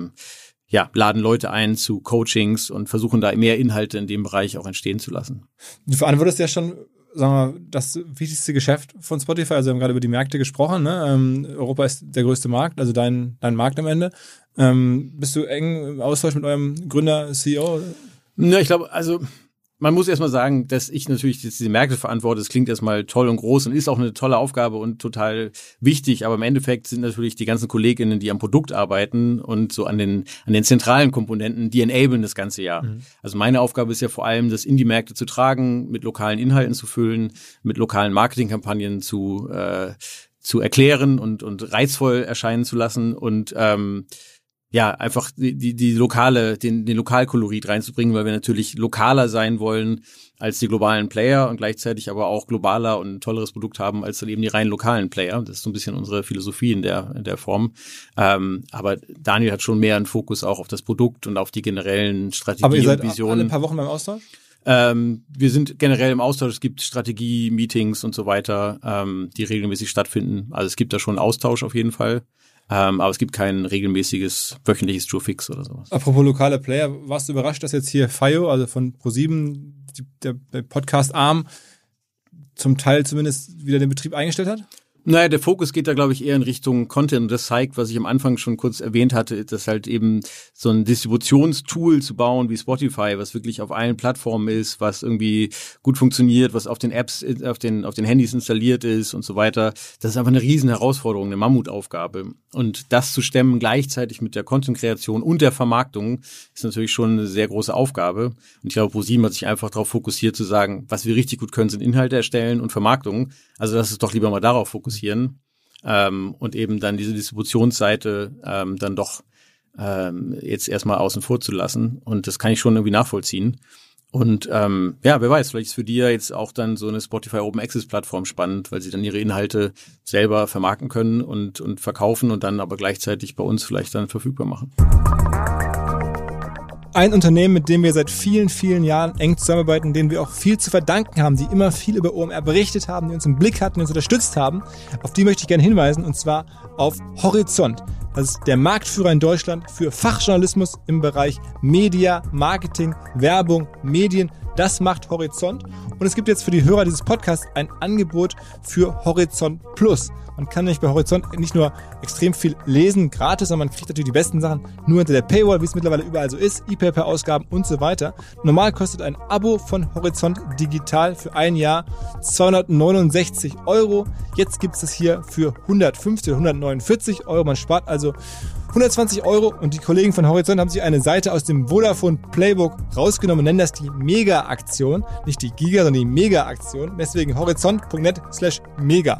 laden Leute ein zu Coachings und versuchen da mehr Inhalte in dem Bereich auch entstehen zu lassen. Du verantwortest ja schon, sagen wir, das wichtigste Geschäft von Spotify. Also wir haben gerade über die Märkte gesprochen. Ne? Europa ist der größte Markt, also dein Markt am Ende. Bist du eng im Austausch mit eurem Gründer, CEO? Ja, ich glaube, also man muss erstmal sagen, dass ich natürlich diese Märkte verantworte. Das klingt erstmal toll und groß und ist auch eine tolle Aufgabe und total wichtig. Aber im Endeffekt sind natürlich die ganzen KollegInnen, die am Produkt arbeiten und so an den zentralen Komponenten, die enablen das ganze Jahr. Also meine Aufgabe ist ja vor allem, das in die Märkte zu tragen, mit lokalen Inhalten zu füllen, mit lokalen Marketingkampagnen zu erklären und reizvoll erscheinen zu lassen und einfach den Lokalkolorit reinzubringen, weil wir natürlich lokaler sein wollen als die globalen Player und gleichzeitig aber auch globaler und ein tolleres Produkt haben als dann eben die rein lokalen Player. Das ist so ein bisschen unsere Philosophie in der Form. Aber Daniel hat schon mehr einen Fokus auch auf das Produkt und auf die generellen Strategien und Visionen. Aber ihr seid alle ein paar Wochen beim Austausch? Wir sind generell im Austausch. Es gibt Strategie-Meetings und so weiter, die regelmäßig stattfinden. Also es gibt da schon Austausch auf jeden Fall. Aber es gibt kein regelmäßiges wöchentliches Joe Fix oder sowas. Apropos lokale Player, warst du überrascht, dass jetzt hier FIO, also von ProSieben, der Podcast-Arm, zum Teil zumindest wieder den Betrieb eingestellt hat? Naja, der Fokus geht da, glaube ich, eher in Richtung Content. Und das zeigt, was ich am Anfang schon kurz erwähnt hatte, dass halt eben so ein Distributionstool zu bauen wie Spotify, was wirklich auf allen Plattformen ist, was irgendwie gut funktioniert, was auf den Apps, auf den Handys installiert ist und so weiter. Das ist einfach eine riesen Herausforderung, eine Mammutaufgabe. Und das zu stemmen gleichzeitig mit der Content-Kreation und der Vermarktung ist natürlich schon eine sehr große Aufgabe. Und ich glaube, ProSieben hat sich einfach darauf fokussiert zu sagen, was wir richtig gut können, sind Inhalte erstellen und Vermarktung. Also lass uns doch lieber mal darauf fokussieren. Und eben dann diese Distributionsseite dann doch jetzt erstmal außen vor zu lassen. Und das kann ich schon irgendwie nachvollziehen. Und wer weiß, vielleicht ist für die ja jetzt auch dann so eine Spotify Open Access Plattform spannend, weil sie dann ihre Inhalte selber vermarkten können und verkaufen und dann aber gleichzeitig bei uns vielleicht dann verfügbar machen. Ein Unternehmen, mit dem wir seit vielen, vielen Jahren eng zusammenarbeiten, denen wir auch viel zu verdanken haben, die immer viel über OMR berichtet haben, die uns im Blick hatten, die uns unterstützt haben, auf die möchte ich gerne hinweisen, und zwar auf Horizont. Das ist der Marktführer in Deutschland für Fachjournalismus im Bereich Media, Marketing, Werbung, Medien. Das macht Horizont. Und es gibt jetzt für die Hörer dieses Podcasts ein Angebot für Horizont Plus. Man kann nämlich bei Horizont nicht nur extrem viel lesen, gratis, sondern man kriegt natürlich die besten Sachen nur hinter der Paywall, wie es mittlerweile überall so ist, E-Paper-Ausgaben und so weiter. Normal kostet ein Abo von Horizont Digital für ein Jahr 269 €. Jetzt gibt es das hier für 150 oder 149 €. Man spart also 120 € und die Kollegen von Horizont haben sich eine Seite aus dem Vodafone Playbook rausgenommen und nennen das die Mega-Aktion. Nicht die Giga, sondern die Mega-Aktion. Deswegen horizont.net/mega.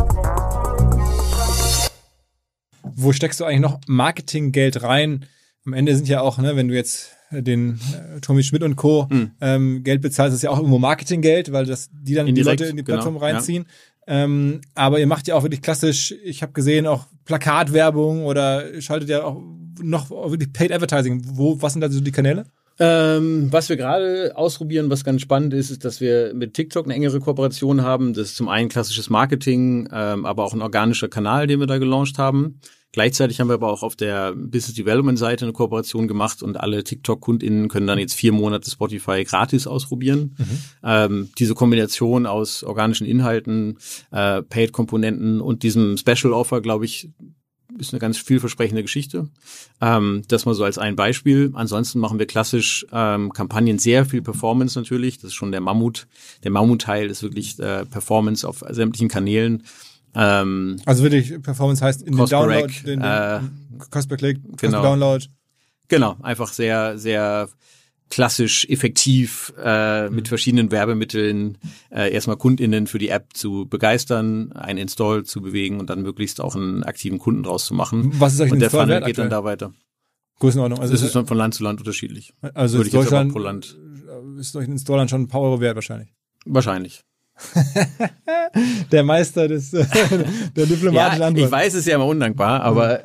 Wo steckst du eigentlich noch Marketinggeld rein? Am Ende sind ja auch, ne, wenn du jetzt den Tommy Schmidt und Co. Geld bezahlst, ist ja auch irgendwo Marketinggeld, weil die dann indirekt, die Leute in die Plattform reinziehen. Ja. Aber ihr macht ja auch wirklich klassisch, ich habe gesehen, auch Plakatwerbung oder schaltet ja auch noch wirklich Paid Advertising. Was sind da so die Kanäle? Was wir gerade ausprobieren, was ganz spannend ist, dass wir mit TikTok eine engere Kooperation haben. Das ist zum einen klassisches Marketing, aber auch ein organischer Kanal, den wir da gelauncht haben. Gleichzeitig haben wir aber auch auf der Business Development Seite eine Kooperation gemacht und alle TikTok-KundInnen können dann jetzt 4 Monate Spotify gratis ausprobieren. Diese Kombination aus organischen Inhalten, Paid-Komponenten und diesem Special Offer, glaube ich, ist eine ganz vielversprechende Geschichte. Das mal so als ein Beispiel. Ansonsten machen wir klassisch Kampagnen, sehr viel Performance natürlich. Das ist schon der Mammut. Der Mammutteil ist wirklich Performance auf sämtlichen Kanälen. Also wirklich Performance heißt in den Download, den Cost per Click, Cost per Download. Genau, einfach sehr, sehr klassisch effektiv mit verschiedenen Werbemitteln erstmal KundInnen für die App zu begeistern, einen Install zu bewegen und dann möglichst auch einen aktiven Kunden draus zu machen. Was ist euch und der Funnel geht aktuell? Dann da weiter. Größenordnung. Also das ist von Land zu Land unterschiedlich. Also würde ich jetzt aber pro Land. Ist euch ein Install schon ein paar Euro wert wahrscheinlich? Wahrscheinlich. Der Meister der diplomatischen Antwort. Ich weiß, es ist ja immer undankbar, aber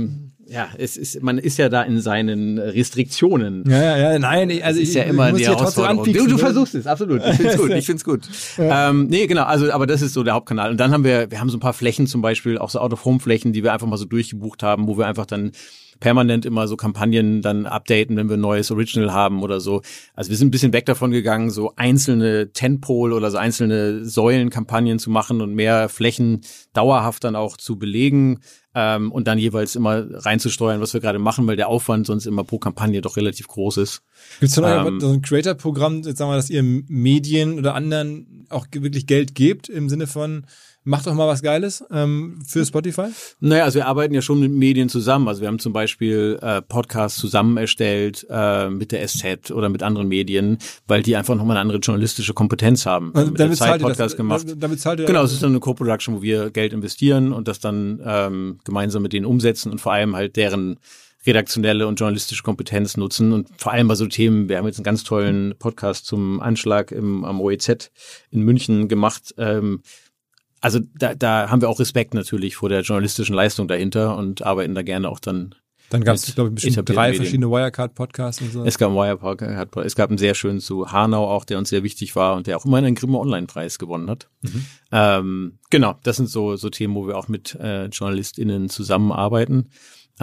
man ist ja da in seinen Restriktionen. Nein, also ist ja immer die Herausforderung. Du versuchst es, absolut. Ich find's gut. Ja. Genau, also aber das ist so der Hauptkanal. Und dann haben wir haben so ein paar Flächen zum Beispiel, auch so Out-of-Home-Flächen, die wir einfach mal so durchgebucht haben, wo wir einfach dann permanent immer so Kampagnen dann updaten, wenn wir ein neues Original haben oder so. Also wir sind ein bisschen weg davon gegangen, so einzelne Tentpole oder so einzelne Säulenkampagnen zu machen und mehr Flächen dauerhaft dann auch zu belegen und dann jeweils immer reinzusteuern, was wir gerade machen, weil der Aufwand sonst immer pro Kampagne doch relativ groß ist. Gibt es so ein Creator-Programm, jetzt sagen wir, dass ihr Medien oder anderen auch wirklich Geld gebt, im Sinne von macht doch mal was Geiles für Spotify? Naja, also wir arbeiten ja schon mit Medien zusammen. Also wir haben zum Beispiel Podcasts zusammen erstellt mit der SZ oder mit anderen Medien, weil die einfach nochmal eine andere journalistische Kompetenz haben. Also mit der Zeit Podcast gemacht. Genau, es ist dann eine Co-Production, wo wir Geld investieren und das dann gemeinsam mit denen umsetzen und vor allem halt deren redaktionelle und journalistische Kompetenz nutzen und vor allem bei so Themen, wir haben jetzt einen ganz tollen Podcast zum Anschlag am OEZ in München gemacht. Also da haben wir auch Respekt natürlich vor der journalistischen Leistung dahinter und arbeiten da gerne auch dann. Dann gab es, glaube ich, bestimmt 3 verschiedene Wirecard-Podcasts und so. Es gab einen Wirecard, es gab einen sehr schönen zu Hanau auch, der uns sehr wichtig war und der auch immerhin einen Grimme Online-Preis gewonnen hat. Genau, das sind so Themen, wo wir auch mit JournalistInnen zusammenarbeiten.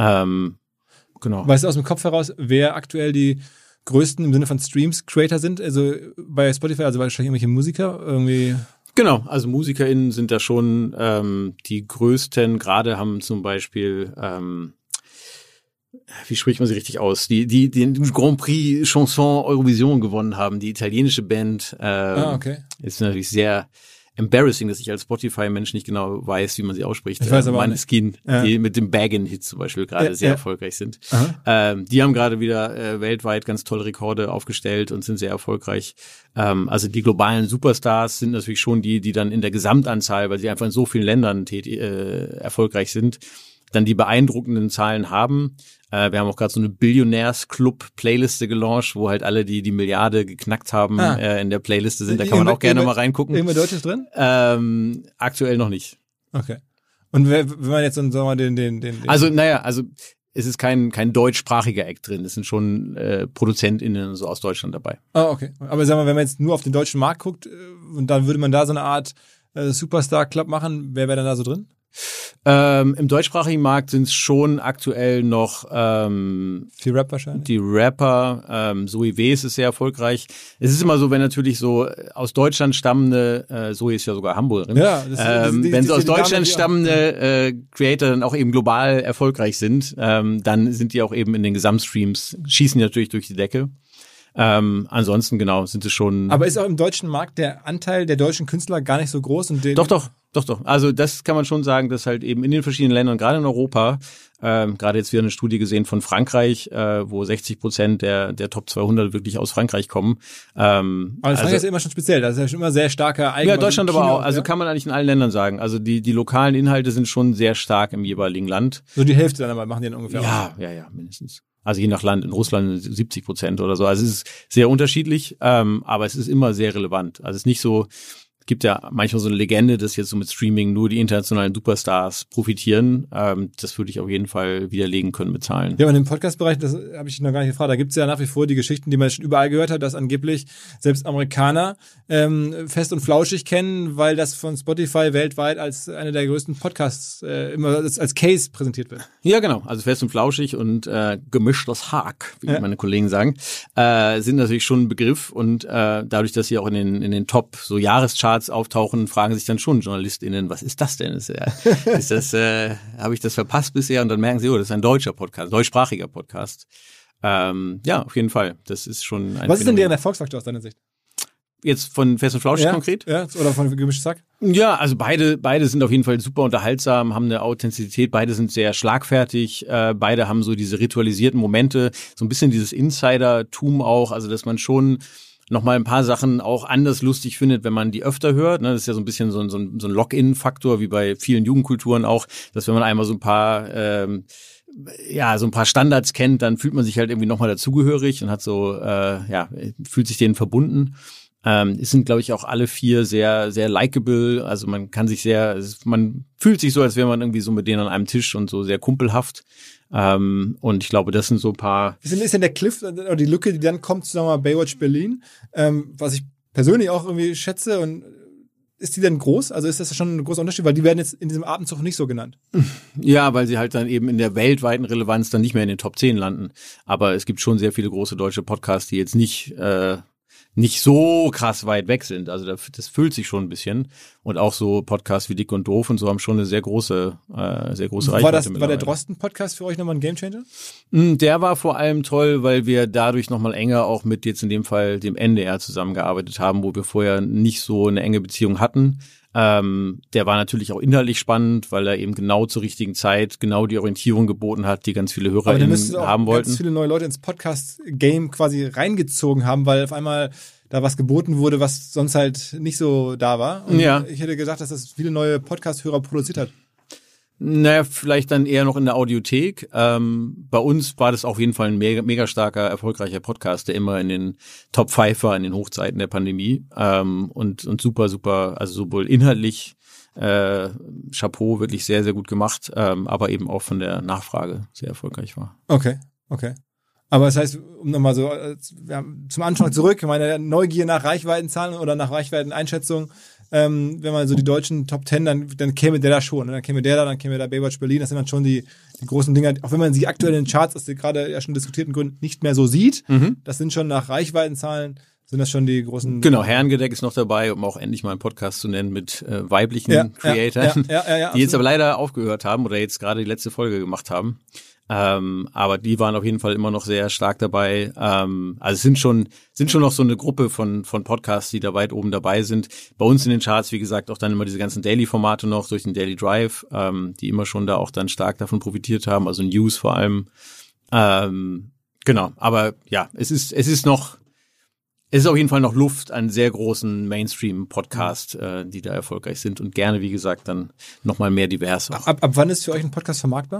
Genau. Weißt du aus dem Kopf heraus, wer aktuell die größten im Sinne von Streams Creator sind? Also bei Spotify, also wahrscheinlich irgendwelche Musiker irgendwie. Genau, also MusikerInnen sind da schon die größten, gerade haben zum Beispiel wie spricht man sie richtig aus? Die den Grand Prix Chanson Eurovision gewonnen haben, die italienische Band. Okay. Ist natürlich sehr embarrassing, dass ich als Spotify-Mensch nicht genau weiß, wie man sie ausspricht. Ich weiß aber Måneskin, die mit dem Baggin-Hit zum Beispiel gerade sehr erfolgreich sind. Die haben gerade wieder weltweit ganz tolle Rekorde aufgestellt und sind sehr erfolgreich. Also die globalen Superstars sind natürlich schon die dann in der Gesamtanzahl, weil sie einfach in so vielen Ländern erfolgreich sind, dann die beeindruckenden Zahlen haben. Wir haben auch gerade so eine Billionärs-Club-Playliste gelauncht, wo halt alle, die Milliarde geknackt haben, in der Playliste sind. Da kann man auch gerne mal reingucken. Irgendwas Deutsches drin? Aktuell noch nicht. Okay. Und wenn man jetzt dann, sagen wir mal, den Also es ist kein deutschsprachiger Act drin. Es sind schon ProduzentInnen so aus Deutschland dabei. Okay. Aber sagen wir, wenn man jetzt nur auf den deutschen Markt guckt und dann würde man da so eine Art Superstar-Club machen, wer wäre dann da so drin? Im deutschsprachigen Markt sind es schon aktuell noch viel Rap wahrscheinlich. Die Rapper, Zoe W. ist sehr erfolgreich. Es ist immer so, wenn natürlich so aus Deutschland stammende, Zoe ist ja sogar Hamburgerin, wenn so aus Deutschland stammende Creator dann auch eben global erfolgreich sind, dann sind die auch eben in den Gesamtstreams, schießen die natürlich durch die Decke. Ansonsten genau sind es schon. Aber ist auch im deutschen Markt der Anteil der deutschen Künstler gar nicht so groß? Und Doch. Also das kann man schon sagen, dass halt eben in den verschiedenen Ländern, gerade in Europa, gerade jetzt wieder eine Studie gesehen von Frankreich, wo 60% der Top 200 wirklich aus Frankreich kommen. Aber Frankreich ist immer schon speziell, das ist ja schon immer sehr starker Eigenmarkt. Ja, Deutschland aber auch, also kann man eigentlich in allen Ländern sagen. Also die lokalen Inhalte sind schon sehr stark im jeweiligen Land. So die Hälfte dann aber machen die dann ungefähr Ja, mindestens. Also je nach Land, in Russland 70% oder so. Also es ist sehr unterschiedlich, aber es ist immer sehr relevant. Also es ist nicht so, es gibt ja manchmal so eine Legende, dass jetzt so mit Streaming nur die internationalen Superstars profitieren. Das würde ich auf jeden Fall widerlegen können mit Zahlen. Ja, aber in dem Podcast-Bereich, das habe ich noch gar nicht gefragt, da gibt es ja nach wie vor die Geschichten, die man schon überall gehört hat, dass angeblich selbst Amerikaner Fest und Flauschig kennen, weil das von Spotify weltweit als einer der größten Podcasts immer als Case präsentiert wird. Ja, genau. Also Fest und Flauschig und gemischtes Hack, wie meine Kollegen sagen, sind natürlich schon ein Begriff und dadurch, dass sie auch in den Top so Jahrescharts auftauchen, fragen sich dann schon JournalistInnen, was ist das denn? Ist das, habe ich das verpasst bisher? Und dann merken sie, das ist ein deutscher Podcast, deutschsprachiger Podcast. Ja, auf jeden Fall. Das ist schon ein Was ist denn deren Erfolgsfaktor aus deiner Sicht? Jetzt von Fest und Flauschig konkret? Ja, oder von Gemischtes Hack? Ja, also beide sind auf jeden Fall super unterhaltsam, haben eine Authentizität, beide sind sehr schlagfertig, beide haben so diese ritualisierten Momente, so ein bisschen dieses Insider-Tum auch, also dass man schon nochmal ein paar Sachen auch anders lustig findet, wenn man die öfter hört. Das ist ja so ein bisschen so ein Lock-in-Faktor, wie bei vielen Jugendkulturen auch, dass wenn man einmal so ein paar Standards kennt, dann fühlt man sich halt irgendwie nochmal dazugehörig und hat so, fühlt sich denen verbunden. Es sind, glaube ich, auch alle vier sehr, sehr likable. Also man fühlt sich so, als wäre man irgendwie so mit denen an einem Tisch und so sehr kumpelhaft. Und ich glaube, das sind so ein paar. Wie ist denn der Cliff oder die Lücke, die dann kommt, sagen wir mal, Baywatch Berlin, was ich persönlich auch irgendwie schätze, und ist die denn groß? Also ist das schon ein großer Unterschied, weil die werden jetzt in diesem Atemzug nicht so genannt. Ja, weil sie halt dann eben in der weltweiten Relevanz dann nicht mehr in den Top 10 landen. Aber es gibt schon sehr viele große deutsche Podcasts, die jetzt nicht so krass weit weg sind. Also das fühlt sich schon ein bisschen. Und auch so Podcasts wie Dick und Doof und so haben schon eine sehr große Reichweite. War der Drosten-Podcast für euch nochmal ein Gamechanger? Der war vor allem toll, weil wir dadurch nochmal enger auch mit jetzt in dem Fall dem NDR zusammengearbeitet haben, wo wir vorher nicht so eine enge Beziehung hatten. Der war natürlich auch inhaltlich spannend, weil er eben genau zur richtigen Zeit genau die Orientierung geboten hat, die ganz viele HörerInnen haben wollten. Ganz viele neue Leute ins Podcast-Game quasi reingezogen haben, weil auf einmal da was geboten wurde, was sonst halt nicht so da war. Und ich hätte gedacht, dass das viele neue Podcast-Hörer produziert hat. Naja, vielleicht dann eher noch in der Audiothek. Bei uns war das auf jeden Fall ein mega starker, erfolgreicher Podcast, der immer in den Top 5 war in den Hochzeiten der Pandemie. Und super, also sowohl inhaltlich Chapeau, wirklich sehr, sehr gut gemacht, aber eben auch von der Nachfrage sehr erfolgreich war. Okay. Aber das heißt, um nochmal so zum Anfang zurück, meine Neugier nach Reichweitenzahlen oder nach Reichweiteneinschätzung, wenn man so die deutschen Top 10, dann käme der da schon. Dann käme der da Baywatch Berlin, das sind dann schon die großen Dinger, auch wenn man sie aktuell in den Charts aus den gerade ja schon diskutierten Gründen nicht mehr so sieht. Das sind schon nach Reichweitenzahlen Sind das schon die großen... Genau, Herrengedeck ist noch dabei, um auch endlich mal einen Podcast zu nennen mit weiblichen Creatoren, die jetzt aber leider aufgehört haben oder jetzt gerade die letzte Folge gemacht haben. Aber die waren auf jeden Fall immer noch sehr stark dabei. Also es sind schon noch so eine Gruppe von Podcasts, die da weit oben dabei sind. Bei uns in den Charts, wie gesagt, auch dann immer diese ganzen Daily-Formate noch durch den Daily Drive, die immer schon da auch dann stark davon profitiert haben, also News vor allem. Genau, aber ja, es ist auf jeden Fall noch Luft an sehr großen Mainstream-Podcasts, die da erfolgreich sind und gerne, wie gesagt, dann nochmal mehr divers. Ab wann ist für euch ein Podcast vermarktbar?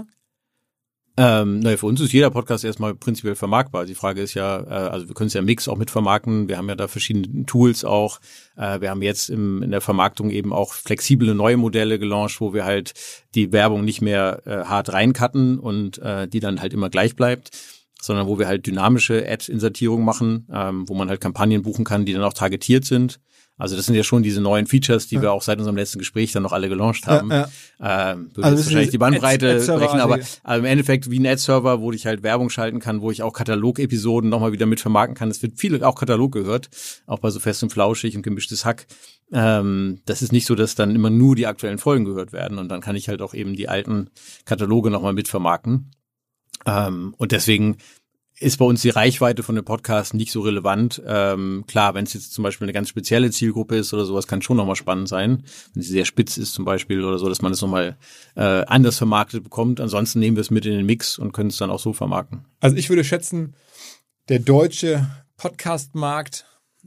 Für uns ist jeder Podcast erstmal prinzipiell vermarktbar. Die Frage ist ja, also wir können es ja Mix auch mit vermarkten. Wir haben ja da verschiedene Tools auch. Wir haben jetzt in der Vermarktung eben auch flexible neue Modelle gelauncht, wo wir halt die Werbung nicht mehr hart reincutten und die dann halt immer gleich bleibt, sondern wo wir halt dynamische Ad-Insertierung machen, wo man halt Kampagnen buchen kann, die dann auch targetiert sind. Also das sind ja schon diese neuen Features, die wir auch seit unserem letzten Gespräch dann noch alle gelauncht haben. Ja. Würde also jetzt wahrscheinlich die Bandbreite brechen, aber im Endeffekt wie ein Ad-Server, wo ich halt Werbung schalten kann, wo ich auch Katalog-Episoden nochmal wieder mit vermarkten kann. Es wird viel auch Katalog gehört, auch bei so Fest und Flauschig und Gemischtes Hack. Das ist nicht so, dass dann immer nur die aktuellen Folgen gehört werden und dann kann ich halt auch eben die alten Kataloge nochmal mit vermarkten. Und deswegen ist bei uns die Reichweite von dem Podcast nicht so relevant. Klar, wenn es jetzt zum Beispiel eine ganz spezielle Zielgruppe ist oder sowas, kann schon nochmal spannend sein. Wenn sie sehr spitz ist zum Beispiel oder so, dass man es nochmal anders vermarktet bekommt. Ansonsten nehmen wir es mit in den Mix und können es dann auch so vermarkten. Also ich würde schätzen, der deutsche Podcast-Markt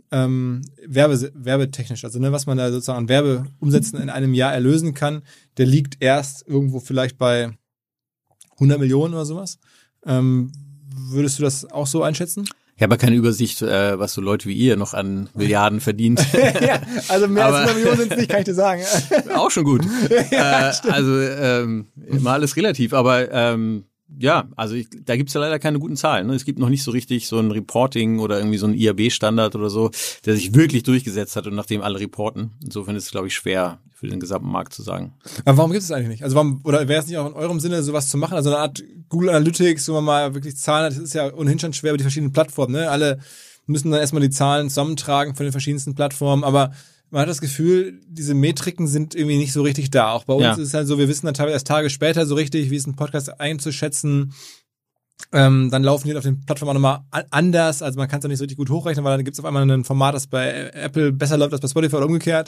werbetechnisch, also was man da sozusagen an Werbeumsätzen in einem Jahr erlösen kann, der liegt erst irgendwo vielleicht bei 100 Millionen oder sowas. Würdest du das auch so einschätzen? Ich habe ja keine Übersicht, was so Leute wie ihr noch an Milliarden verdient. Ja, also mehr als 100 Millionen sind es nicht, kann ich dir sagen. Auch schon gut. Ja, also immer alles relativ, aber ja, also da gibt's ja leider keine guten Zahlen. Ne? Es gibt noch nicht so richtig so ein Reporting oder irgendwie so ein IAB-Standard oder so, der sich wirklich durchgesetzt hat und nach dem alle reporten. Insofern ist es, glaube ich, schwer für den gesamten Markt zu sagen. Aber warum gibt es eigentlich nicht? Also oder wäre es nicht auch in eurem Sinne, sowas zu machen? Also eine Art Google Analytics, wo man mal wirklich Zahlen hat. Das ist ja ohnehin schon schwer über die verschiedenen Plattformen. Ne? Alle müssen dann erstmal die Zahlen zusammentragen von den verschiedensten Plattformen. Aber man hat das Gefühl, diese Metriken sind irgendwie nicht so richtig da. Auch bei uns ist es halt so, wir wissen dann teilweise erst Tage später so richtig, wie ist ein Podcast einzuschätzen. Dann laufen die auf den Plattformen auch nochmal anders. Also man kann es auch nicht so richtig gut hochrechnen, weil dann gibt es auf einmal ein Format, das bei Apple besser läuft als bei Spotify oder umgekehrt.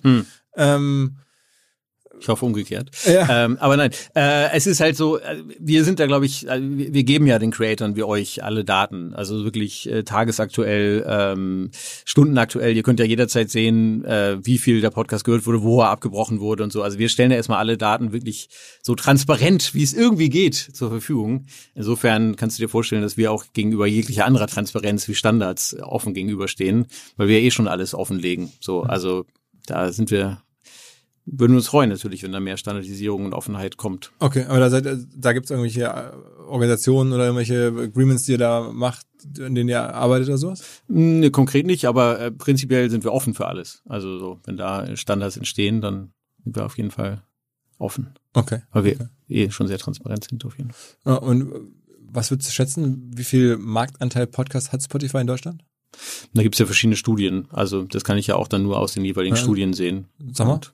Ich hoffe umgekehrt. Ja. Aber nein, es ist halt so, wir sind da, glaube ich, wir geben ja den Creatoren wie euch alle Daten. Also wirklich tagesaktuell, stundenaktuell. Ihr könnt ja jederzeit sehen, wie viel der Podcast gehört wurde, wo er abgebrochen wurde und so. Also wir stellen ja erstmal alle Daten wirklich so transparent, wie es irgendwie geht, zur Verfügung. Insofern kannst du dir vorstellen, dass wir auch gegenüber jeglicher anderer Transparenz wie Standards offen gegenüberstehen, weil wir schon alles offenlegen. So, also da würden uns freuen natürlich, wenn da mehr Standardisierung und Offenheit kommt. Okay, aber da gibt es irgendwelche Organisationen oder irgendwelche Agreements, die ihr da macht, in denen ihr arbeitet oder sowas? Nee, konkret nicht, aber prinzipiell sind wir offen für alles. Also so, wenn da Standards entstehen, dann sind wir auf jeden Fall offen. Okay. Weil wir schon sehr transparent sind auf jeden Fall. Ja, und was würdest du schätzen, wie viel Marktanteil Podcast hat Spotify in Deutschland? Da gibt's ja verschiedene Studien. Also das kann ich ja auch dann nur aus den jeweiligen Studien sehen. Sag mal.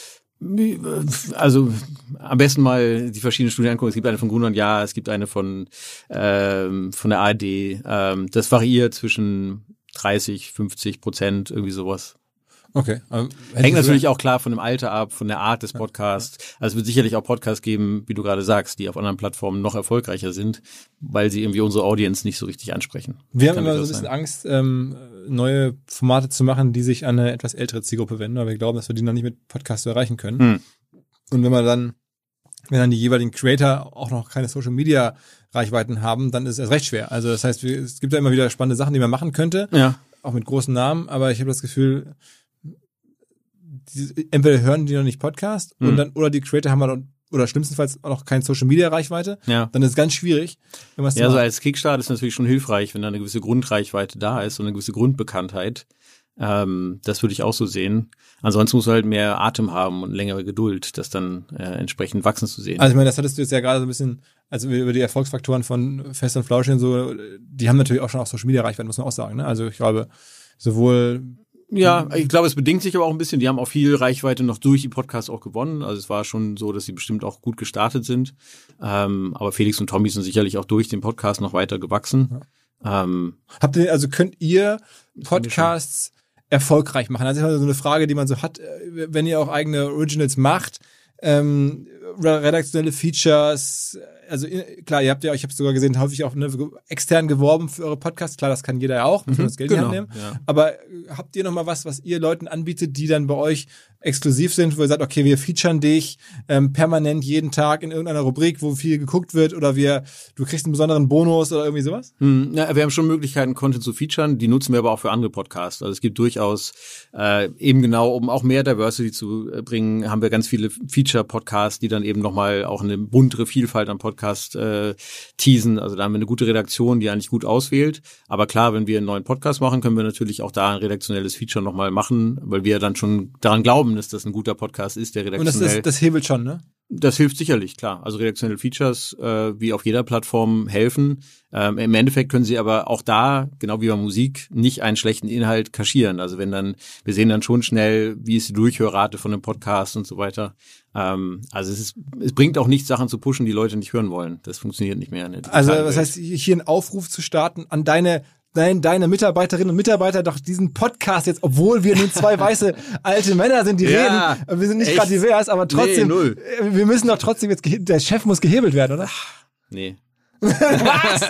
Also am besten mal die verschiedenen Studien angucken. Es gibt eine von Gruner und Jahr, es gibt eine von der ARD. Das variiert zwischen 30-50%, irgendwie sowas. Okay. Hängt natürlich auch klar von dem Alter ab, von der Art des Podcasts. Also es wird sicherlich auch Podcasts geben, wie du gerade sagst, die auf anderen Plattformen noch erfolgreicher sind, weil sie irgendwie unsere Audience nicht so richtig ansprechen. Wir haben immer so ein bisschen Angst, neue Formate zu machen, die sich an eine etwas ältere Zielgruppe wenden, weil wir glauben, dass wir die noch nicht mit Podcasts so erreichen können. Und wenn dann die jeweiligen Creator auch noch keine Social Media Reichweiten haben, dann ist es erst recht schwer. Also das heißt, es gibt ja immer wieder spannende Sachen, die man machen könnte, auch mit großen Namen, aber ich habe das Gefühl, entweder hören die noch nicht Podcast und dann, oder die Creator haben oder schlimmstenfalls auch noch keine Social Media Reichweite, dann ist es ganz schwierig. So als Kickstart ist natürlich schon hilfreich, wenn da eine gewisse Grundreichweite da ist und eine gewisse Grundbekanntheit. Das würde ich auch so sehen. Ansonsten muss man halt mehr Atem haben und längere Geduld, das dann entsprechend wachsen zu sehen. Also ich meine, das hattest du jetzt ja gerade so ein bisschen, also über die Erfolgsfaktoren von Fest und Flauschig und so, die haben natürlich auch schon auch Social Media Reichweite, muss man auch sagen. Ne? Also ich glaube, sowohl... Ja, ich glaube, es bedingt sich aber auch ein bisschen. Die haben auch viel Reichweite noch durch die Podcasts auch gewonnen. Also es war schon so, dass sie bestimmt auch gut gestartet sind. Aber Felix und Tommy sind sicherlich auch durch den Podcast noch weiter gewachsen. Ja. Könnt ihr Podcasts erfolgreich machen? Das ist immer so eine Frage, die man so hat, wenn ihr auch eigene Originals macht, redaktionelle Features. Also klar, ich habe sogar gesehen, häufig auch extern geworben für eure Podcasts. Klar, das kann jeder ja auch, das Geld nicht annehmen. Ja. Aber habt ihr noch mal was ihr Leuten anbietet, die dann bei euch exklusiv sind, wo ihr sagt, okay, wir featuren dich permanent jeden Tag in irgendeiner Rubrik, wo viel geguckt wird, oder du kriegst einen besonderen Bonus oder irgendwie sowas? Ja, wir haben schon Möglichkeiten, Content zu featuren, die nutzen wir aber auch für andere Podcasts. Also es gibt durchaus eben genau, um auch mehr Diversity zu bringen, haben wir ganz viele Feature-Podcasts, die dann eben nochmal auch eine buntere Vielfalt an Podcasts teasen. Also da haben wir eine gute Redaktion, die eigentlich gut auswählt. Aber klar, wenn wir einen neuen Podcast machen, können wir natürlich auch da ein redaktionelles Feature nochmal machen, weil wir dann schon daran glauben, dass das ein guter Podcast ist, der redaktionell... Und das hebelt schon, ne? Das hilft sicherlich, klar. Also redaktionelle Features, wie auf jeder Plattform, helfen. Im Endeffekt können sie aber auch da, genau wie bei Musik, nicht einen schlechten Inhalt kaschieren. Also wir sehen dann schon schnell, wie ist die Durchhörrate von einem Podcast und so weiter. Also es bringt auch nichts, Sachen zu pushen, die Leute nicht hören wollen. Das funktioniert nicht mehr. Also das heißt, hier einen Aufruf zu starten an deine Mitarbeiterinnen und Mitarbeiter, doch diesen Podcast jetzt, obwohl wir nur zwei weiße alte Männer sind, die reden, wir sind nicht gerade divers, aber trotzdem, wir müssen doch trotzdem jetzt, der Chef muss gehebelt werden, oder? Nee. Was?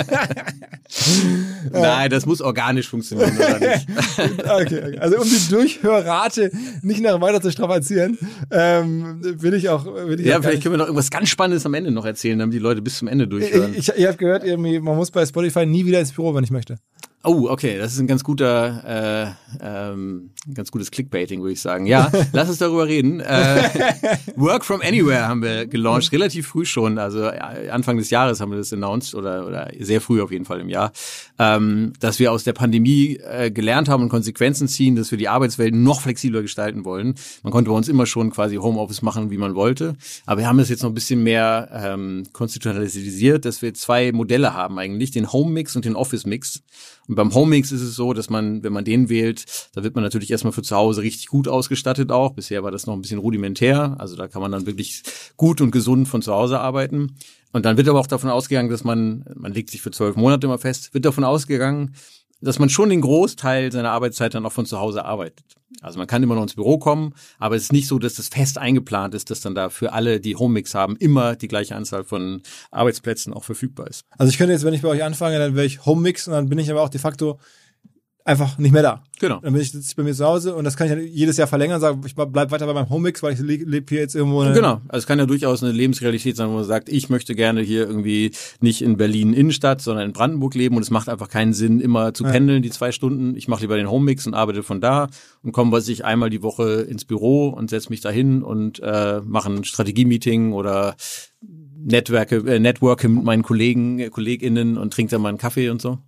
Nein, das muss organisch funktionieren, oder nicht? Okay. Also um die Durchhörrate nicht noch weiter zu strapazieren, will ich auch vielleicht können wir noch irgendwas ganz Spannendes am Ende noch erzählen, damit die Leute bis zum Ende durchhören. Ich habe gehört, irgendwie, man muss bei Spotify nie wieder ins Büro, wenn ich möchte. Oh, okay, das ist ein ganz gutes Clickbaiting, würde ich sagen. Ja, lass uns darüber reden. Work from Anywhere haben wir gelauncht, relativ früh schon, also Anfang des Jahres haben wir das announced oder sehr früh auf jeden Fall im Jahr, dass wir aus der Pandemie gelernt haben und Konsequenzen ziehen, dass wir die Arbeitswelt noch flexibler gestalten wollen. Man konnte bei uns immer schon quasi Homeoffice machen, wie man wollte, aber wir haben das jetzt noch ein bisschen mehr konstitutionalisiert, dass wir zwei Modelle haben eigentlich, den Home-Mix und den Office-Mix. Und beim Home-Mix ist es so, dass man, wenn man den wählt, da wird man natürlich erstmal für zu Hause richtig gut ausgestattet auch. Bisher war das noch ein bisschen rudimentär. Also da kann man dann wirklich gut und gesund von zu Hause arbeiten. Und dann wird aber auch davon ausgegangen, dass man legt sich für 12 Monate immer fest, wird davon ausgegangen, dass man schon den Großteil seiner Arbeitszeit dann auch von zu Hause arbeitet. Also man kann immer noch ins Büro kommen, aber es ist nicht so, dass das fest eingeplant ist, dass dann da für alle, die Homemix haben, immer die gleiche Anzahl von Arbeitsplätzen auch verfügbar ist. Also ich könnte jetzt, wenn ich bei euch anfange, dann wäre ich Homemix und dann bin ich aber auch de facto einfach nicht mehr da. Genau. Dann sitze ich bei mir zu Hause und das kann ich dann jedes Jahr verlängern und sagen, ich bleib weiter bei meinem Homemix, weil ich lebe hier jetzt irgendwo. Genau. Also es kann ja durchaus eine Lebensrealität sein, wo man sagt, ich möchte gerne hier irgendwie nicht in Berlin Innenstadt, sondern in Brandenburg leben und es macht einfach keinen Sinn, immer zu pendeln, die 2 Stunden. Ich mache lieber den Homemix und arbeite von da und komme einmal die Woche ins Büro und setze mich dahin und mache ein Strategie-Meeting oder Networke mit meinen KollegInnen und trinke dann mal einen Kaffee und so.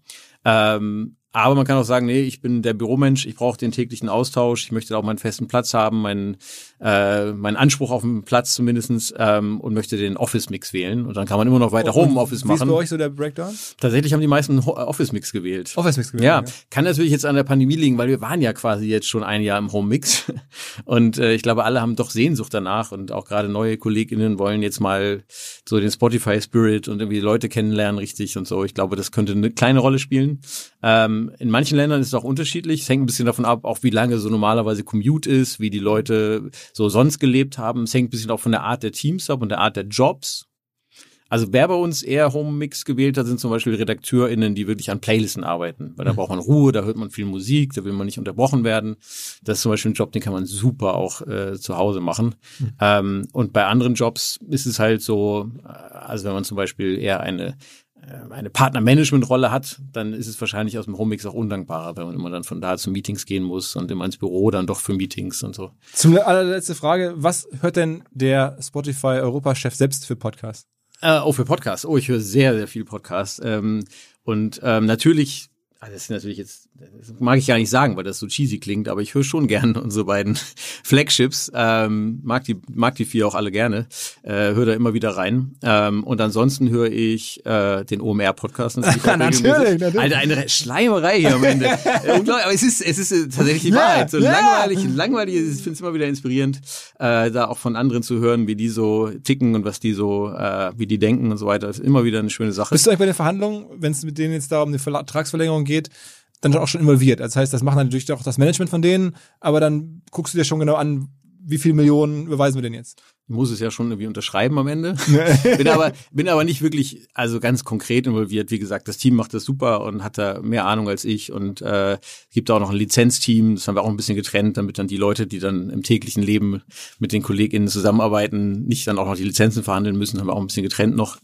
Aber man kann auch sagen, nee, ich bin der Büromensch, ich brauche den täglichen Austausch, ich möchte auch meinen festen Platz haben, meinen Anspruch auf den Platz zumindestens und möchte den Office-Mix wählen. Und dann kann man immer noch weiter Homeoffice machen. Wie ist bei euch so der Breakdown? Tatsächlich haben die meisten Office-Mix gewählt. Ja, kann natürlich jetzt an der Pandemie liegen, weil wir waren ja quasi jetzt schon ein Jahr im Home-Mix. Und ich glaube, alle haben doch Sehnsucht danach und auch gerade neue KollegInnen wollen jetzt mal so den Spotify-Spirit und irgendwie Leute kennenlernen richtig und so. Ich glaube, das könnte eine kleine Rolle spielen. In manchen Ländern ist es auch unterschiedlich. Es hängt ein bisschen davon ab, auch wie lange so normalerweise Commute ist, wie die Leute so sonst gelebt haben. Es hängt ein bisschen auch von der Art der Teams ab und der Art der Jobs. Also wer bei uns eher Home-Mix gewählt hat, sind zum Beispiel RedakteurInnen, die wirklich an Playlisten arbeiten. Weil da braucht man Ruhe, da hört man viel Musik, da will man nicht unterbrochen werden. Das ist zum Beispiel ein Job, den kann man super auch zu Hause machen. Und bei anderen Jobs ist es halt so, also wenn man zum Beispiel eher eine Partnermanagement-Rolle hat, dann ist es wahrscheinlich aus dem Homemix auch undankbarer, wenn man immer dann von da zu Meetings gehen muss und immer ins Büro dann doch für Meetings und so. Zum allerletzte Frage, was hört denn der Spotify-Europa-Chef selbst für Podcasts? Für Podcasts. Ich höre sehr, sehr viel Podcasts. Und natürlich Also das ist natürlich jetzt, das mag ich gar nicht sagen, weil das so cheesy klingt, aber ich höre schon gerne unsere beiden Flagships, mag die 4 auch alle gerne, höre da immer wieder rein. Und ansonsten höre ich den OMR-Podcast natürlich. Natürlich. Alter, eine Schleimerei hier am Ende. Unglaublich, aber es ist tatsächlich die Wahrheit. So langweilig, ich finde es immer wieder inspirierend, da auch von anderen zu hören, wie die so ticken und was die so, wie die denken und so weiter. Das ist immer wieder eine schöne Sache. Bist du eigentlich bei den Verhandlungen, wenn es mit denen jetzt da um die Vertragsverlängerung geht, dann auch schon involviert? Das heißt, das macht natürlich auch das Management von denen, aber dann guckst du dir schon genau an, wie viele Millionen überweisen wir denn jetzt? Ich muss es ja schon irgendwie unterschreiben am Ende. Bin aber nicht wirklich, also ganz konkret involviert. Wie gesagt, das Team macht das super und hat da mehr Ahnung als ich und gibt auch noch ein Lizenzteam. Das haben wir auch ein bisschen getrennt, damit dann die Leute, die dann im täglichen Leben mit den KollegInnen zusammenarbeiten, nicht dann auch noch die Lizenzen verhandeln müssen. Haben wir auch ein bisschen getrennt noch.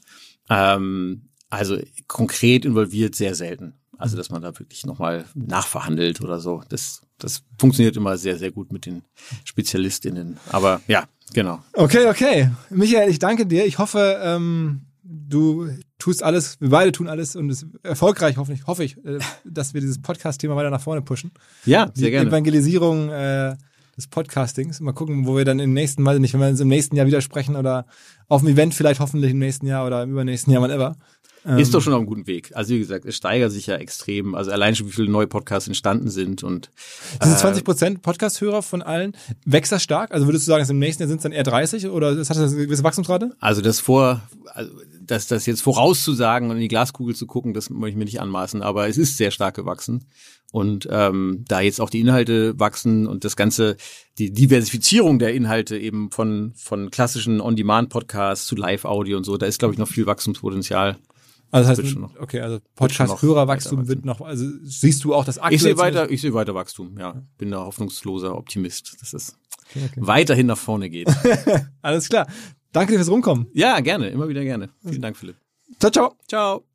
Also konkret involviert sehr selten. Also dass man da wirklich nochmal nachverhandelt oder so. Das funktioniert immer sehr, sehr gut mit den SpezialistInnen. Aber ja, genau. Okay. Michael, ich danke dir. Ich hoffe, du tust alles, wir beide tun alles und es ist erfolgreich, hoffe ich, dass wir dieses Podcast-Thema weiter nach vorne pushen. Ja, sehr gerne. Die Evangelisierung des Podcastings. Mal gucken, wo wir dann im nächsten Mal, nicht, wenn wir uns im nächsten Jahr wieder sprechen oder auf dem Event vielleicht hoffentlich im nächsten Jahr oder im übernächsten Jahr, whatever. Ist doch schon auf einem guten Weg. Also wie gesagt, es steigert sich ja extrem. Also allein schon, wie viele neue Podcasts entstanden sind. Und diese 20% Podcast-Hörer von allen, wächst das stark? Also würdest du sagen, dass im nächsten Jahr sind es dann eher 30 oder hat das eine gewisse Wachstumsrate? Also das jetzt vorauszusagen und in die Glaskugel zu gucken, das möchte ich mir nicht anmaßen. Aber es ist sehr stark gewachsen. Und da jetzt auch die Inhalte wachsen und das Ganze, die Diversifizierung der Inhalte eben von klassischen On-Demand-Podcasts zu Live-Audio und so, da ist, glaube ich, noch viel Wachstumspotenzial. Also das heißt, okay, also Podcast-Hörerwachstum wird noch, also siehst du auch das aktuelle? Ich sehe weiter Wachstum, ja. Bin da hoffnungsloser Optimist, dass es weiterhin nach vorne geht. Alles klar. Danke dir fürs Rumkommen. Ja, gerne, immer wieder gerne. Vielen Dank, Philipp. Ciao. Ciao.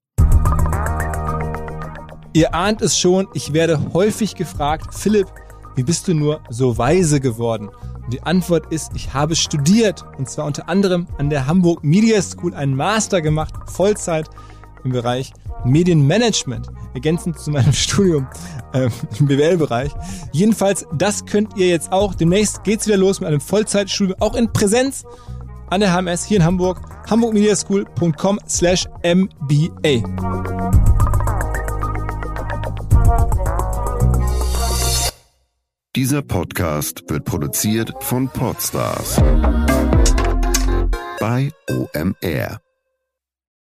Ihr ahnt es schon, ich werde häufig gefragt, Philipp, wie bist du nur so weise geworden? Und die Antwort ist, ich habe studiert und zwar unter anderem an der Hamburg Media School einen Master gemacht, Vollzeit im Bereich Medienmanagement, ergänzend zu meinem Studium im BWL-Bereich. Jedenfalls, das könnt ihr jetzt auch. Demnächst geht's wieder los mit einem Vollzeitstudium, auch in Präsenz an der HMS hier in Hamburg, hamburgmediaschool.com/MBA. Dieser Podcast wird produziert von Podstars bei OMR.